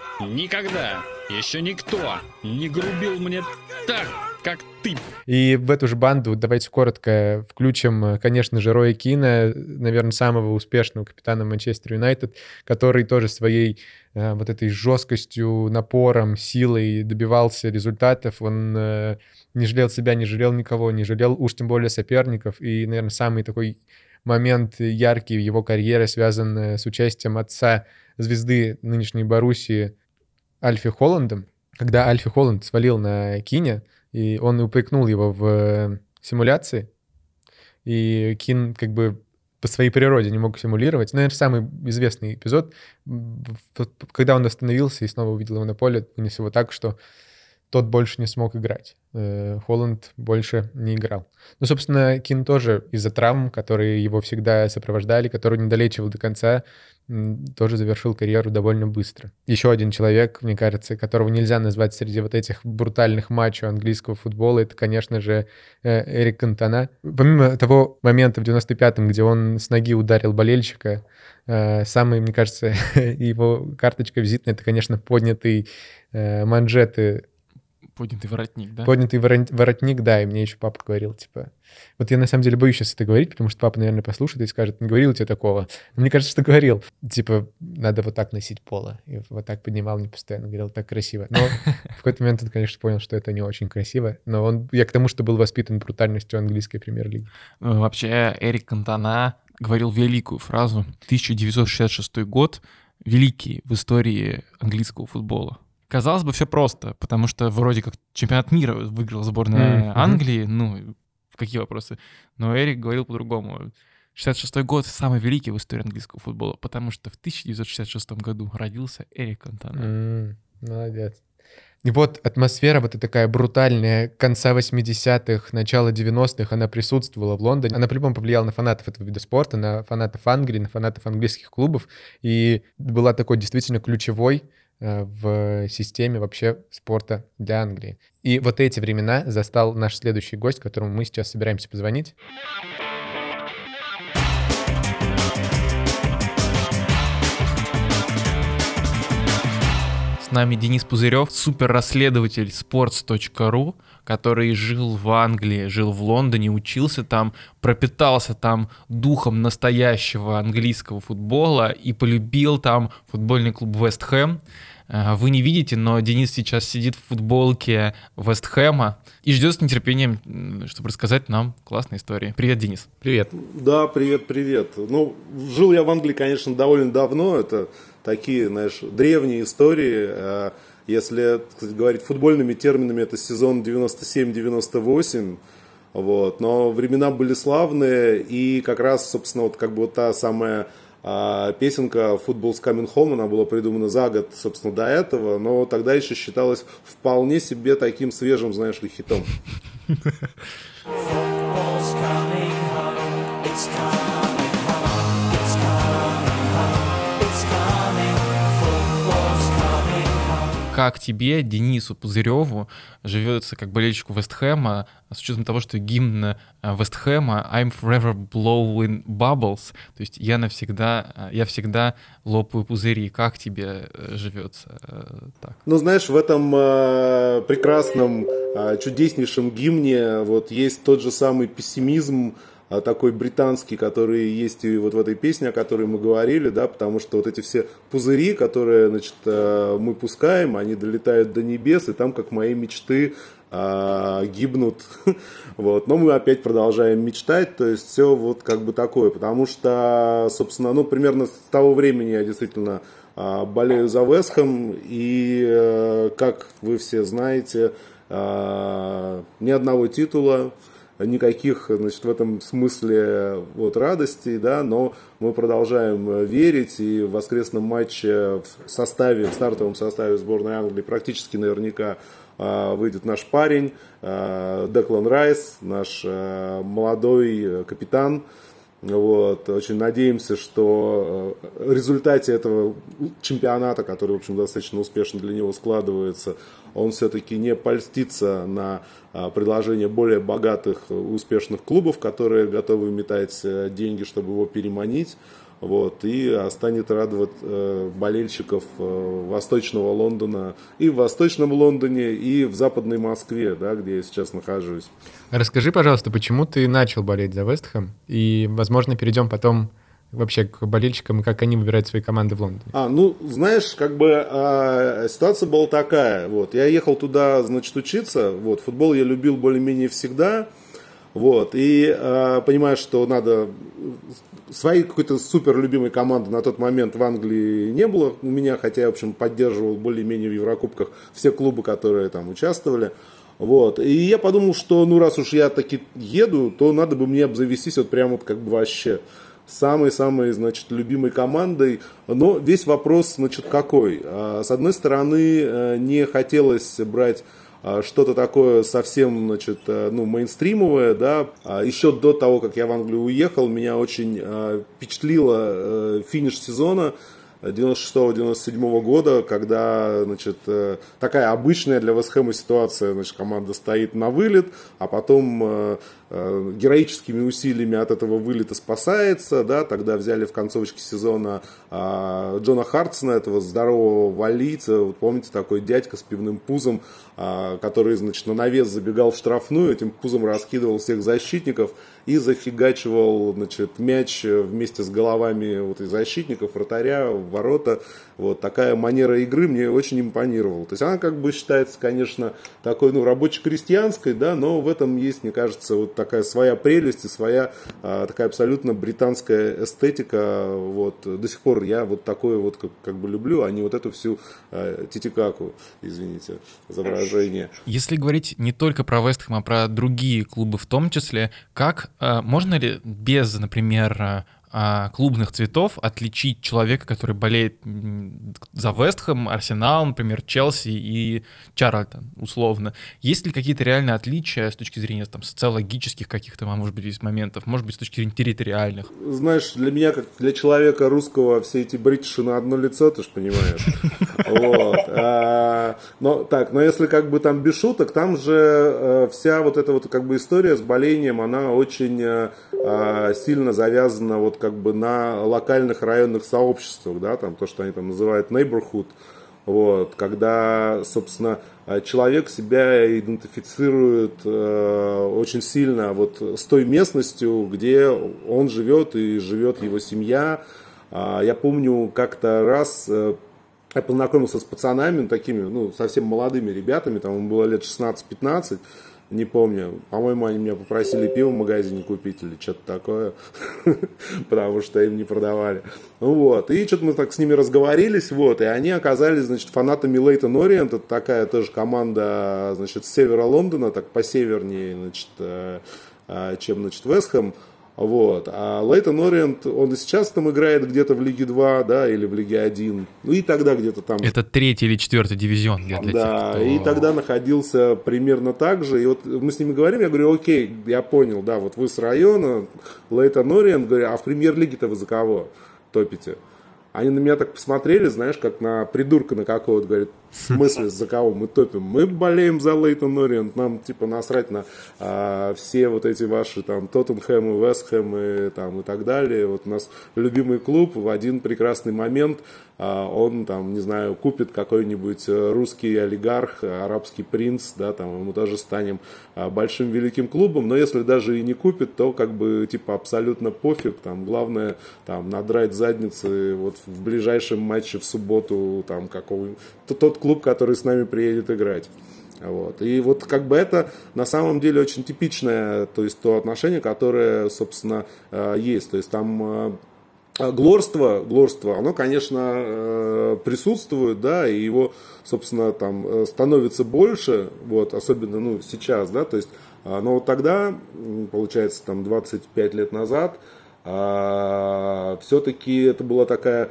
еще никто не грубил мне так, как ты. И в эту же банду давайте коротко включим, конечно же, Роя Кина, наверное, самого успешного капитана Манчестер Юнайтед, который тоже своей вот этой жесткостью, напором, силой добивался результатов. Он не жалел себя, не жалел никого, не жалел уж тем более соперников. И, наверное, самый такой момент яркий в его карьере связан с участием отца звезды нынешней Боруссии Альфи Холландом, когда Альфи Холланд свалил на Кине, и он упрекнул его в симуляции, и Кин как бы по своей природе не мог симулировать. Наверное, самый известный эпизод, когда он остановился и снова увидел его на поле, вынес его так, что тот больше не смог играть. Холланд больше не играл. Ну, собственно, Кин тоже из-за травм, которые его всегда сопровождали, который не долечивал до конца, тоже завершил карьеру довольно быстро. Еще один человек, мне кажется, которого нельзя назвать среди вот этих брутальных матчей английского футбола, это, конечно же, Эрик Кантона. Помимо того момента в 95-м, где он с ноги ударил болельщика, самый, мне кажется, его карточка визитная, это, конечно, поднятый манжеты. Поднятый воротник, да? Поднятый воротник, да, и мне еще папа говорил, типа... Вот я на самом деле боюсь сейчас это говорить, потому что папа, наверное, послушает и скажет, не говорил тебе такого. Но мне кажется, что говорил. Типа, надо вот так носить поло. И вот так поднимал мне постоянно, говорил, так красиво. Но в какой-то момент он, конечно, понял, что это не очень красиво. Но я к тому, что был воспитан брутальностью английской премьер-лиги. Вообще, Эрик Кантона говорил великую фразу. 1966 год, великий в истории английского футбола. Казалось бы, все просто, потому что вроде как чемпионат мира выиграла сборная Англии, ну, в какие вопросы? Но Эрик говорил по-другому. 66 год самый великий в истории английского футбола, потому что в 1966 году родился Эрик Кантона. Молодец. И вот атмосфера вот такая брутальная конца 80-х, начала 90-х, она присутствовала в Лондоне. Она по-любому повлияла на фанатов этого вида спорта, на фанатов Англии, на фанатов английских клубов. И была такой действительно ключевой в системе вообще спорта для Англии. И вот эти времена застал наш следующий гость, которому мы сейчас собираемся позвонить. С нами Денис Пузырев, суперрасследователь sports.ru, который жил в Англии, жил в Лондоне, учился там, пропитался там духом настоящего английского футбола и полюбил там футбольный клуб Вест Хэм. Вы не видите, но Денис сейчас сидит в футболке Вест Хэма и ждет с нетерпением, чтобы рассказать нам классные истории. Привет, Денис. Привет. Да, привет. Ну, жил я в Англии, конечно, довольно давно. Это такие, знаешь, древние истории. Если, кстати, говорить футбольными терминами, это сезон 97-98. Вот. Но времена были славные. И как раз, собственно, вот как бы вот та самая песенка «Football's Coming Home», она была придумана за год, собственно, до этого, но тогда еще считалась вполне себе таким свежим, знаешь ли, хитом. Как тебе, Денису Пузыреву, живется как болельщику Вест Хэма, с учетом того, что гимн Вест Хэма «I'm forever blowing bubbles», то есть я всегда лопаю пузыри. Как тебе живется так? Ну, знаешь, в этом прекрасном, чудеснейшем гимне вот есть тот же самый пессимизм, такой британский, который есть и вот в этой песне, о которой мы говорили, да, потому что вот эти все пузыри, которые, значит, мы пускаем, они долетают до небес, и там, как мои мечты, гибнут, вот, но мы опять продолжаем мечтать, то есть все вот как бы такое, потому что, собственно, ну, примерно с того времени я действительно болею за Вест Хэм, и, как вы все знаете, ни одного титула, никаких, значит, в этом смысле вот радостей, да, но мы продолжаем верить, и в воскресном матче в стартовом составе сборной Англии практически наверняка выйдет наш парень Деклан Райс, наш молодой капитан. Вот. Очень надеемся, что в результате этого чемпионата, который, в общем, достаточно успешно для него складывается, он все-таки не польстится на предложение более богатых, успешных клубов, которые готовы метать деньги, чтобы его переманить. Вот, и станет радовать болельщиков Восточного Лондона и в Восточном Лондоне, и в Западной Москве, да, где я сейчас нахожусь. Расскажи, пожалуйста, почему ты начал болеть за Вест Хэм? И, возможно, перейдем потом вообще к болельщикам и как они выбирают свои команды в Лондоне. Ну, знаешь, как бы ситуация была такая. Вот, я ехал туда, значит, учиться. Вот, футбол я любил более-менее всегда. Вот, и понимаешь, что надо... Своей какой-то супер любимой команды на тот момент в Англии не было у меня, хотя я, в общем, поддерживал более-менее в Еврокубках все клубы, которые там участвовали. Вот, и я подумал, что, ну, раз уж я таки еду, то надо бы мне обзавестись вот прям вот как бы вообще самой-самой, значит, любимой командой. Но весь вопрос, значит, какой? С одной стороны, не хотелось брать что-то такое совсем, значит, ну, мейнстримовое, да. Еще до того, как я в Англию уехал, меня очень впечатлило финиш сезона 96-97 года, когда, значит, такая обычная для Вест Хэма ситуация, значит, команда стоит на вылет, а потом героическими усилиями от этого вылета спасается, да, тогда взяли в концовочке сезона Джона Хартсона, этого здорового валлийца, вот помните, такой дядька с пивным пузом, который, значит, на навес забегал в штрафную, этим пузом раскидывал всех защитников и зафигачивал, значит, мяч вместе с головами вот и защитников, вратаря, в ворота. Вот такая манера игры мне очень импонировала. То есть она как бы считается, конечно, такой, ну, рабоче-крестьянской, да, но в этом есть, мне кажется, вот такая своя прелесть и своя такая абсолютно британская эстетика. Вот. До сих пор я вот такое вот как бы люблю, а не вот эту всю титикаку, извините за выражение. Если говорить не только про Вест Хэм, а про другие клубы в том числе, как можно ли без, например, клубных цветов отличить человека, который болеет за Вест Хэм, Арсенал, например, Челси и Чарльтон, условно? Есть ли какие-то реальные отличия с точки зрения там, социологических каких-то, может быть, есть моментов, может быть, с точки зрения территориальных? Знаешь, для меня, как для человека русского, все эти бритиши на одно лицо, ты же понимаешь. Но если как бы там без шуток, там же вся вот эта вот как бы история с болением, она очень сильно завязана вот как бы на локальных районных сообществах, да, там то, что они там называют neighborhood, вот, когда, собственно, человек себя идентифицирует очень сильно вот с той местностью, где он живет и живет его семья. Я помню, как-то раз я познакомился с пацанами, такими, совсем молодыми ребятами, там им было лет 16-15, не помню, по-моему, они меня попросили пиво в магазине купить или что-то такое, потому что им не продавали. Вот, и что-то мы так с ними разговорились, вот, и они оказались, значит, фанатами Лейтон Ориент, это такая тоже команда, значит, с севера Лондона, так посевернее, значит, чем, значит, Вест Хэм. Вот. А Лейтон Ориент, он и сейчас там играет где-то в Лиге 2, да, или в Лиге 1, и тогда где-то там... Это 3-й или 4-й дивизион. Для да, тех, кто... и тогда находился примерно так же, и вот мы с ними говорим, я говорю, окей, я понял, да, вот вы с района, Лейтон Ориент, говорю, а в премьер-лиге-то вы за кого топите? Они на меня так посмотрели, знаешь, как на придурка на какого-то, говорит, в смысле, за кого мы топим? Мы болеем за Лейтон Ориент, нам типа насрать на все вот эти ваши там Тоттенхэм и Вест Хэм и, там, и так далее. Вот у нас любимый клуб в один прекрасный момент, он там, не знаю, купит какой-нибудь русский олигарх, арабский принц, да, там, мы тоже станем большим великим клубом, но если даже и не купит, то как бы типа абсолютно пофиг, там, главное там надрать задницы вот в ближайшем матче в субботу, там, какого-нибудь, тот клуб, который с нами приедет играть. Вот. И вот как бы это на самом деле очень типичное, то есть то отношение, которое, собственно, есть. То есть там глорство, оно, конечно, присутствует, да, и его, собственно, там становится больше, вот, особенно, сейчас, да, то есть, но вот тогда, получается, там 25 лет назад, все-таки это была такая,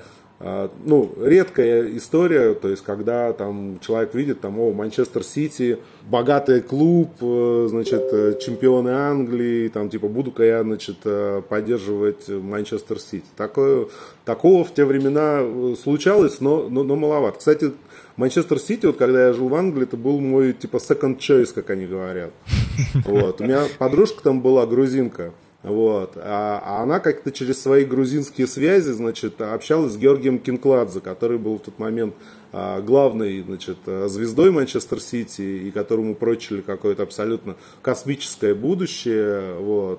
редкая история, то есть, когда там человек видит, там, Манчестер Сити, богатый клуб, значит, чемпионы Англии, там, типа, буду-ка я, значит, поддерживать Манчестер Сити. Такого в те времена случалось, но маловато. Кстати, Манчестер Сити, вот когда я жил в Англии, это был мой, типа, second choice, как они говорят. Вот. У меня подружка там была грузинка. Вот. А она как-то через свои грузинские связи, значит, общалась с Георгием Кинкладзе, который был в тот момент главной, значит, звездой Манчестер Сити, и которому прочили какое-то абсолютно космическое будущее. Вот.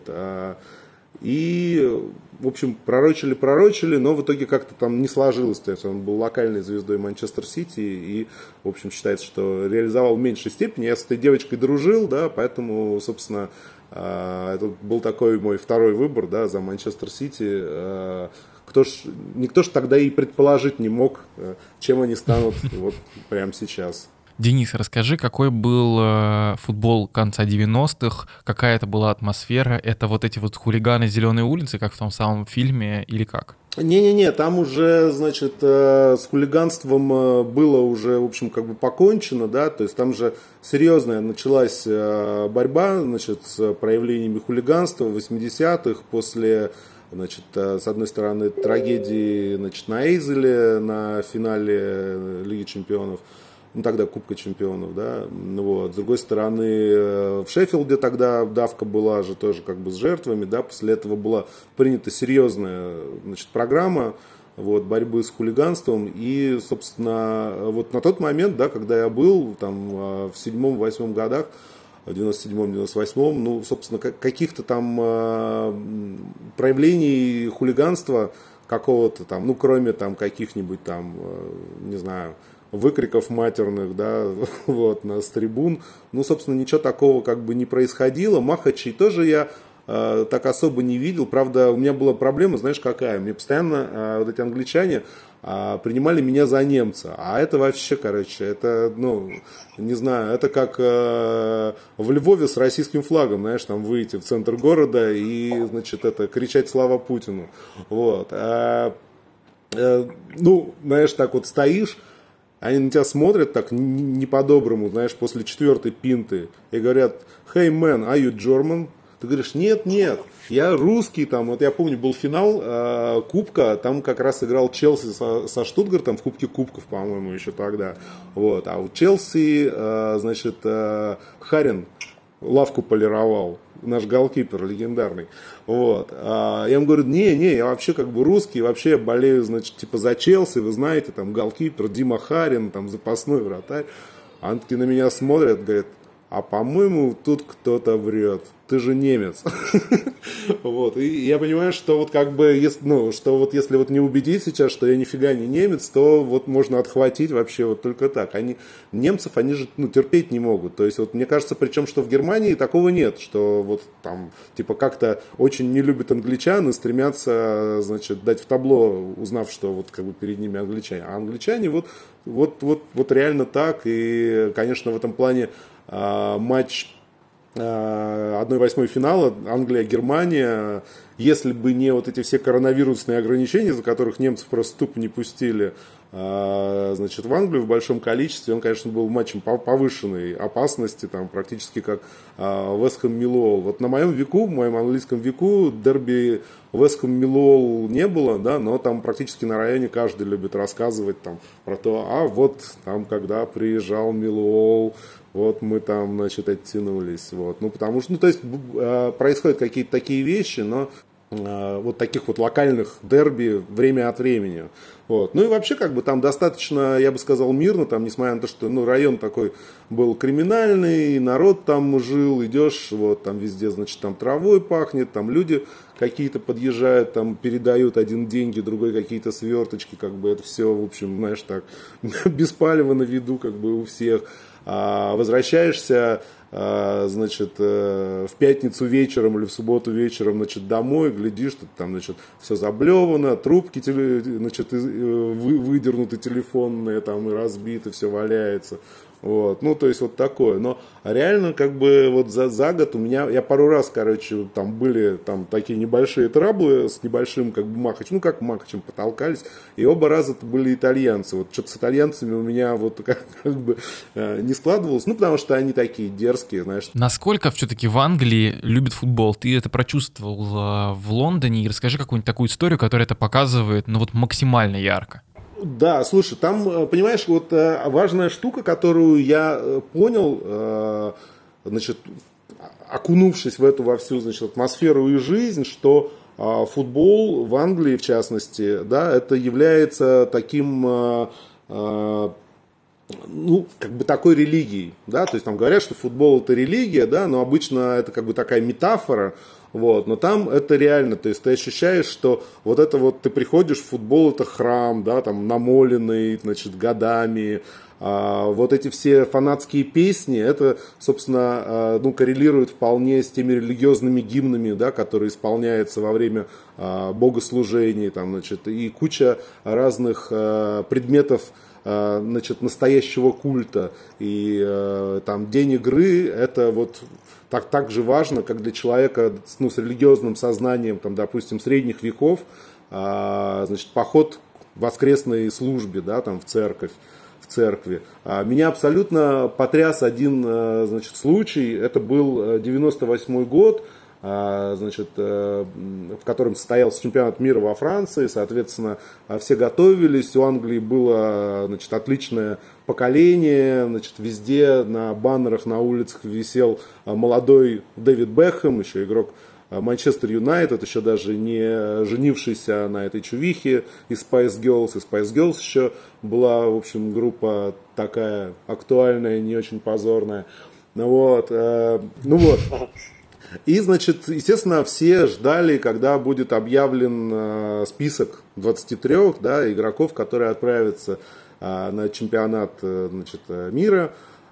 И, в общем, пророчили, но в итоге как-то там не сложилось. То есть он был локальной звездой Манчестер Сити и, в общем, считается, что реализовал в меньшей степени. Я с этой девочкой дружил, да, поэтому, собственно, это был такой мой второй выбор, да, за Манчестер Сити. Никто ж тогда и предположить не мог, чем они станут вот прямо сейчас. Денис, расскажи, какой был футбол конца 90-х, какая это была атмосфера? Это вот эти вот хулиганы Зеленой улицы, как в том самом фильме, или как? Не-не-не, там уже, значит, с хулиганством было уже, в общем, как бы покончено, да, то есть там же серьезная началась борьба, значит, с проявлениями хулиганства в 80-х после, значит, с одной стороны, трагедии, значит, на Эйзеле на финале Лиги Чемпионов, тогда Кубка Чемпионов, да, вот. С другой стороны, в Шеффилде тогда давка была же тоже как бы с жертвами, да, после этого была принята серьезная, значит, программа, вот, борьбы с хулиганством, и, собственно, вот на тот момент, да, когда я был там в 7-8 годах, в 97-98, собственно, каких-то там проявлений хулиганства какого-то там, кроме там каких-нибудь там, не знаю, выкриков матерных, да, вот, с трибун. Ну, собственно, ничего такого как бы не происходило. Махачей тоже я так особо не видел. Правда, у меня была проблема, знаешь, какая? Мне постоянно вот эти англичане принимали меня за немца. А это вообще, короче, это, ну, не знаю, это как в Львове с российским флагом, знаешь, там выйти в центр города и, значит, это, кричать «Слава Путину». Вот. Ну, знаешь, так вот стоишь, они на тебя смотрят так не по-доброму, знаешь, после 4-й пинты и говорят: «Hey man, are you German?» Ты говоришь: нет, я русский, там, вот я помню, был финал Кубка, там как раз играл Челси со Штутгартом в Кубке Кубков, по-моему, еще тогда, вот, а у Челси, значит, Харин лавку полировал, наш голкипер легендарный, вот, я ему говорю: не, я вообще как бы русский, вообще я болею, значит, типа за Челси, вы знаете, там, голкипер Дима Харин, там, запасной вратарь, а они такие на меня смотрят, говорят: а по-моему, тут кто-то врет. Ты же немец. Вот. И я понимаю, что вот как бы, что вот если вот не убедить сейчас, что я нифига не немец, то вот можно отхватить вообще вот только так. Немцев, они же терпеть не могут. То есть вот мне кажется, причем, что в Германии такого нет, что вот там типа как-то очень не любят англичан и стремятся, значит, дать в табло, узнав, что вот как бы перед ними англичане. А англичане вот реально так. И, конечно, в этом плане матч 1/8 финала Англия-Германия, если бы не вот эти все коронавирусные ограничения, за которых немцев просто тупо не пустили, значит, в Англию в большом количестве, он, конечно, был матчем повышенной опасности, там, практически как Вест Хэм-Миллуолл. Вот на моем веку, в моем английском веку, дерби Вест Хэм-Миллуолл не было, да, но там практически на районе каждый любит рассказывать там про то, вот там, когда приезжал Миллуолл, вот мы там, значит, оттянулись. Вот. Ну, потому что, то есть, происходят какие-то такие вещи, но вот таких вот локальных дерби время от времени. Вот. Ну и вообще, как бы там достаточно, я бы сказал, мирно, там, несмотря на то, что район такой был криминальный, народ там жил, идешь, вот там везде, значит, там травой пахнет, там люди какие-то подъезжают, там передают один деньги, другой какие-то сверточки, как бы это все, в общем, знаешь, так, без палева на виду, как бы у всех. Возвращаешься, значит, в пятницу вечером или в субботу вечером, значит, домой, глядишь, что там, значит, все заблевано, трубки, значит, выдернуты телефонные, там, и разбиты, все валяется. Вот. Ну, то есть вот такое. Но реально, как бы, вот за год я пару раз, короче, там были там такие небольшие траблы с небольшим, как бы, Махачем, как Махачем потолкались, и оба раза это были итальянцы. Вот что-то с итальянцами у меня вот как бы не складывалось, ну, потому что они такие дерзкие, знаешь. Насколько все-таки в Англии любят футбол? Ты это прочувствовал в Лондоне, и расскажи какую-нибудь такую историю, которая это показывает, ну, вот максимально ярко. Да, слушай, там, понимаешь, вот важная штука, которую я понял, значит, окунувшись в эту во всю, значит, атмосферу и жизнь, что футбол в Англии, в частности, да, это является таким, ну, как бы такой религией, да, то есть там говорят, что футбол это религия, да, но обычно это как бы такая метафора. Вот, но там это реально, то есть ты ощущаешь, что вот это вот ты приходишь в футбол, это храм, да, там намоленный, значит, годами, вот эти все фанатские песни, это, собственно, ну, коррелирует вполне с теми религиозными гимнами, да, которые исполняются во время богослужений, там, значит, и куча разных предметов, значит, настоящего культа, и там день игры, это вот так же важно, как для человека, ну, с религиозным сознанием, там, допустим, средних веков, значит, поход к воскресной службе, да, там, в церкви. Меня абсолютно потряс один, значит, случай, это был 98-й год, значит, в котором состоялся чемпионат мира во Франции, соответственно, все готовились, у Англии было, значит, отличное поколение, значит, везде на баннерах, на улицах висел молодой Дэвид Бекхэм, еще игрок Манчестер Юнайтед, еще даже не женившийся на этой чувихе из Spice Girls. И Spice Girls еще была, в общем, группа такая актуальная, не очень позорная. Ну вот. И, значит, естественно, все ждали, когда будет объявлен список 23, да, игроков, которые отправятся на чемпионат, значит, мира.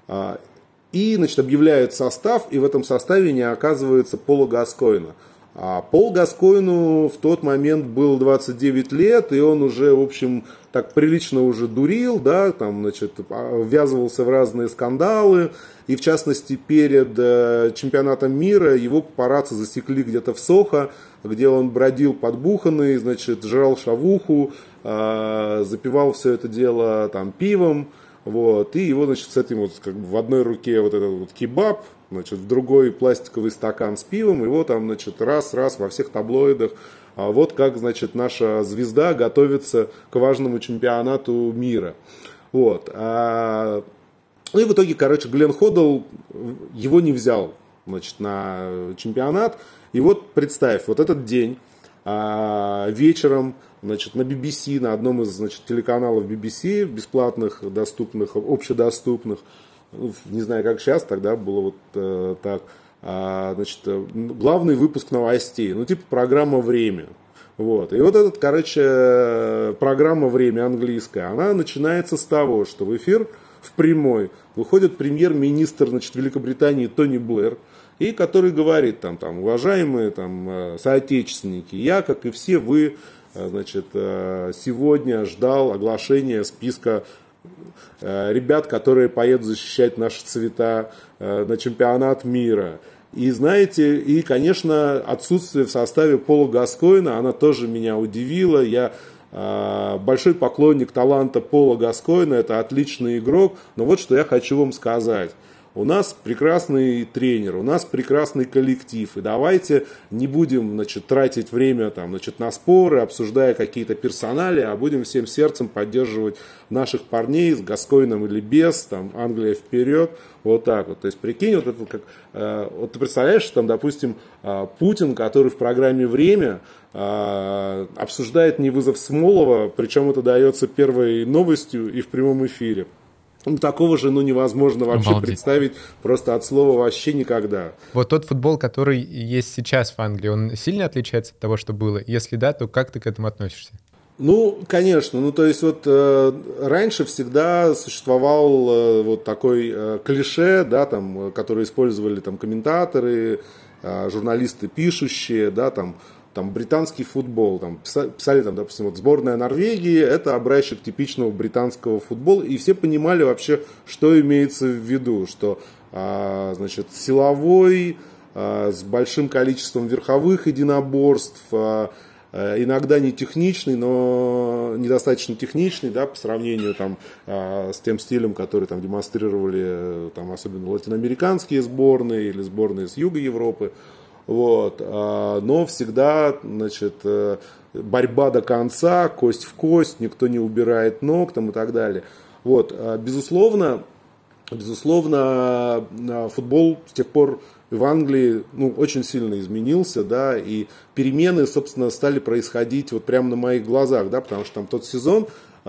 И, значит, объявляют состав, и в этом составе не оказывается Пола Гаскойна. А Пол Гаскойну в тот момент был 29 лет, и он уже, в общем, так прилично уже дурил, да, там, значит, ввязывался в разные скандалы. И, в частности, перед чемпионатом мира его папарацци засекли где-то в Сохо, где он бродил подбуханный, значит, жрал шавуху, запивал все это дело там пивом. Вот, и его, значит, с этим вот, как бы в одной руке вот этот вот кебаб, значит, в другой пластиковый стакан с пивом, его там, значит, раз во всех таблоидах. А вот как, значит, наша звезда готовится к важному чемпионату мира. Вот. Ну и в итоге, короче, Глен Ходл его не взял, значит, на чемпионат. И вот представь, вот этот день вечером, значит, на BBC, на одном из, значит, телеканалов BBC, бесплатных, доступных, общедоступных, не знаю, как сейчас, тогда было вот так, значит, главный выпуск новостей, ну, типа программа «Время». Вот. И вот эта, короче, программа «Время» английская, она начинается с того, что в эфир, в прямой, выходит премьер-министр, значит, Великобритании Тони Блэр, и который говорит, там, уважаемые там, соотечественники, я, как и все вы, значит, сегодня ждал оглашения списка ребят, которые поедут защищать наши цвета на чемпионат мира. И знаете, и, конечно, отсутствие в составе Пола Гаскойна, она тоже меня удивила. Я большой поклонник таланта Пола Гаскойна, это отличный игрок. Но вот что я хочу вам сказать. У нас прекрасный тренер, у нас прекрасный коллектив. И давайте не будем, значит, тратить время там, значит, на споры, обсуждая какие-то персонали, а будем всем сердцем поддерживать наших парней с Гаскойном или без, там, Англия вперед. Вот так вот. То есть, прикинь, вот это как... вот ты представляешь, что там, допустим, Путин, который в программе «Время» обсуждает невызов Смолова, причем это дается первой новостью и в прямом эфире. Такого же, невозможно вообще представить просто от слова вообще никогда. Вот тот футбол, который есть сейчас в Англии, он сильно отличается от того, что было? Если да, то как ты к этому относишься? Ну, конечно. То есть вот раньше всегда существовал вот такой клише, да, там, который использовали там комментаторы, журналисты пишущие, да, там британский футбол, там, писали, там, допустим, вот сборная Норвегии, это образчик типичного британского футбола, и все понимали вообще, что имеется в виду, что, значит, силовой, с большим количеством верховых единоборств, иногда не техничный, но недостаточно техничный, да, по сравнению там, с тем стилем, который там демонстрировали там, особенно латиноамериканские сборные или сборные с юга Европы. Вот. Но всегда, значит, борьба до конца, кость в кость, никто не убирает ног там, и так далее. Вот. Безусловно, футбол с тех пор в Англии очень сильно изменился, да, и перемены, собственно, стали происходить вот прямо на моих глазах, да, потому что там тот сезон,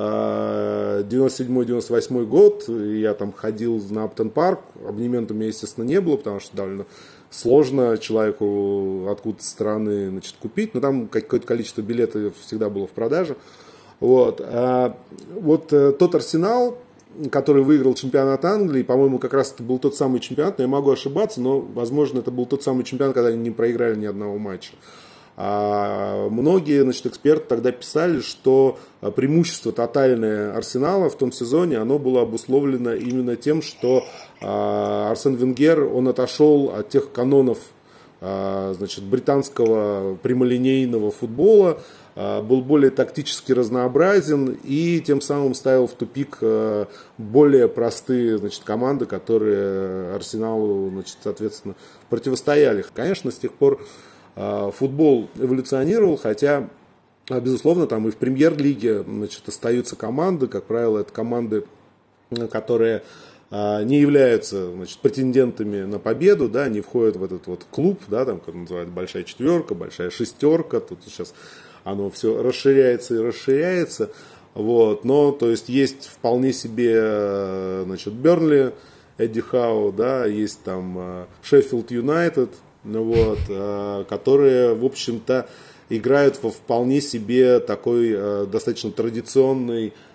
97-98 год, я там ходил на Аптон-парк, абонемента у меня, естественно, не было, потому что довольно сложно человеку откуда-то со стороны, значит, купить, но там какое-то количество билетов всегда было в продаже. Вот, вот тот Арсенал, который выиграл чемпионат Англии, по-моему, как раз это был тот самый чемпионат, но я могу ошибаться, но, возможно, это был тот самый чемпионат, когда они не проиграли ни одного матча. Многие, значит, эксперты тогда писали, что преимущество тотальное Арсенала в том сезоне, оно было обусловлено именно тем, что Арсен Венгер, он отошел от тех канонов, значит, британского прямолинейного футбола, был более тактически разнообразен и тем самым ставил в тупик более простые, значит, команды, которые Арсеналу, значит, соответственно, противостояли. Конечно, с тех пор футбол эволюционировал, хотя, безусловно, там и в премьер-лиге, значит, остаются команды, как правило, это команды, которые не являются, значит, претендентами на победу, да, не входят в этот вот клуб, да, там, как называют, большая четверка, большая шестерка, тут сейчас оно все расширяется и расширяется, вот, но, то есть вполне себе, значит, Бернли, Эдди Хау, да, есть там Шеффилд Юнайтед, вот, которые, в общем-то, играют во вполне себе такой достаточно традиционный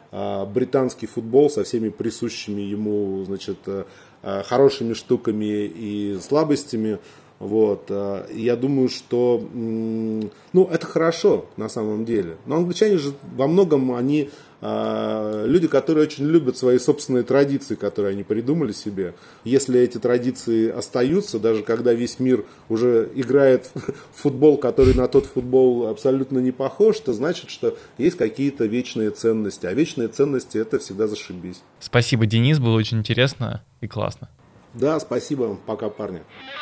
британский футбол со всеми присущими ему, значит, хорошими штуками и слабостями. Вот. Я думаю, что это хорошо на самом деле. Но англичане же во многом они люди, которые очень любят свои собственные традиции, которые они придумали себе. Если эти традиции остаются, даже когда весь мир уже играет в футбол, который на тот футбол абсолютно не похож, то значит, что есть какие-то вечные ценности. А вечные ценности — это всегда зашибись. Спасибо, Денис, было очень интересно и классно. Да, спасибо вам. Пока, парни.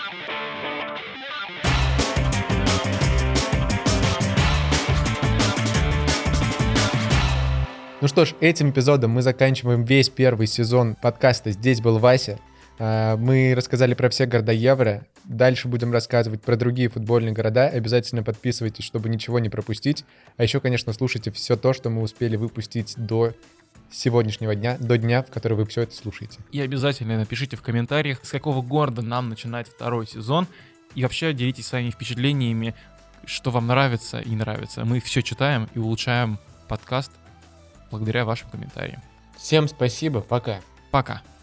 Ну что ж, этим эпизодом мы заканчиваем весь первый сезон подкаста «Здесь был Вася». Мы рассказали про все города Евро. Дальше будем рассказывать про другие футбольные города. Обязательно подписывайтесь, чтобы ничего не пропустить. А еще, конечно, слушайте все то, что мы успели выпустить до сегодняшнего дня, до дня, в который вы все это слушаете. И обязательно напишите в комментариях, с какого города нам начинать второй сезон. И вообще делитесь своими впечатлениями, что вам нравится и не нравится. Мы все читаем и улучшаем подкаст благодаря вашим комментариям. Всем спасибо, пока. Пока.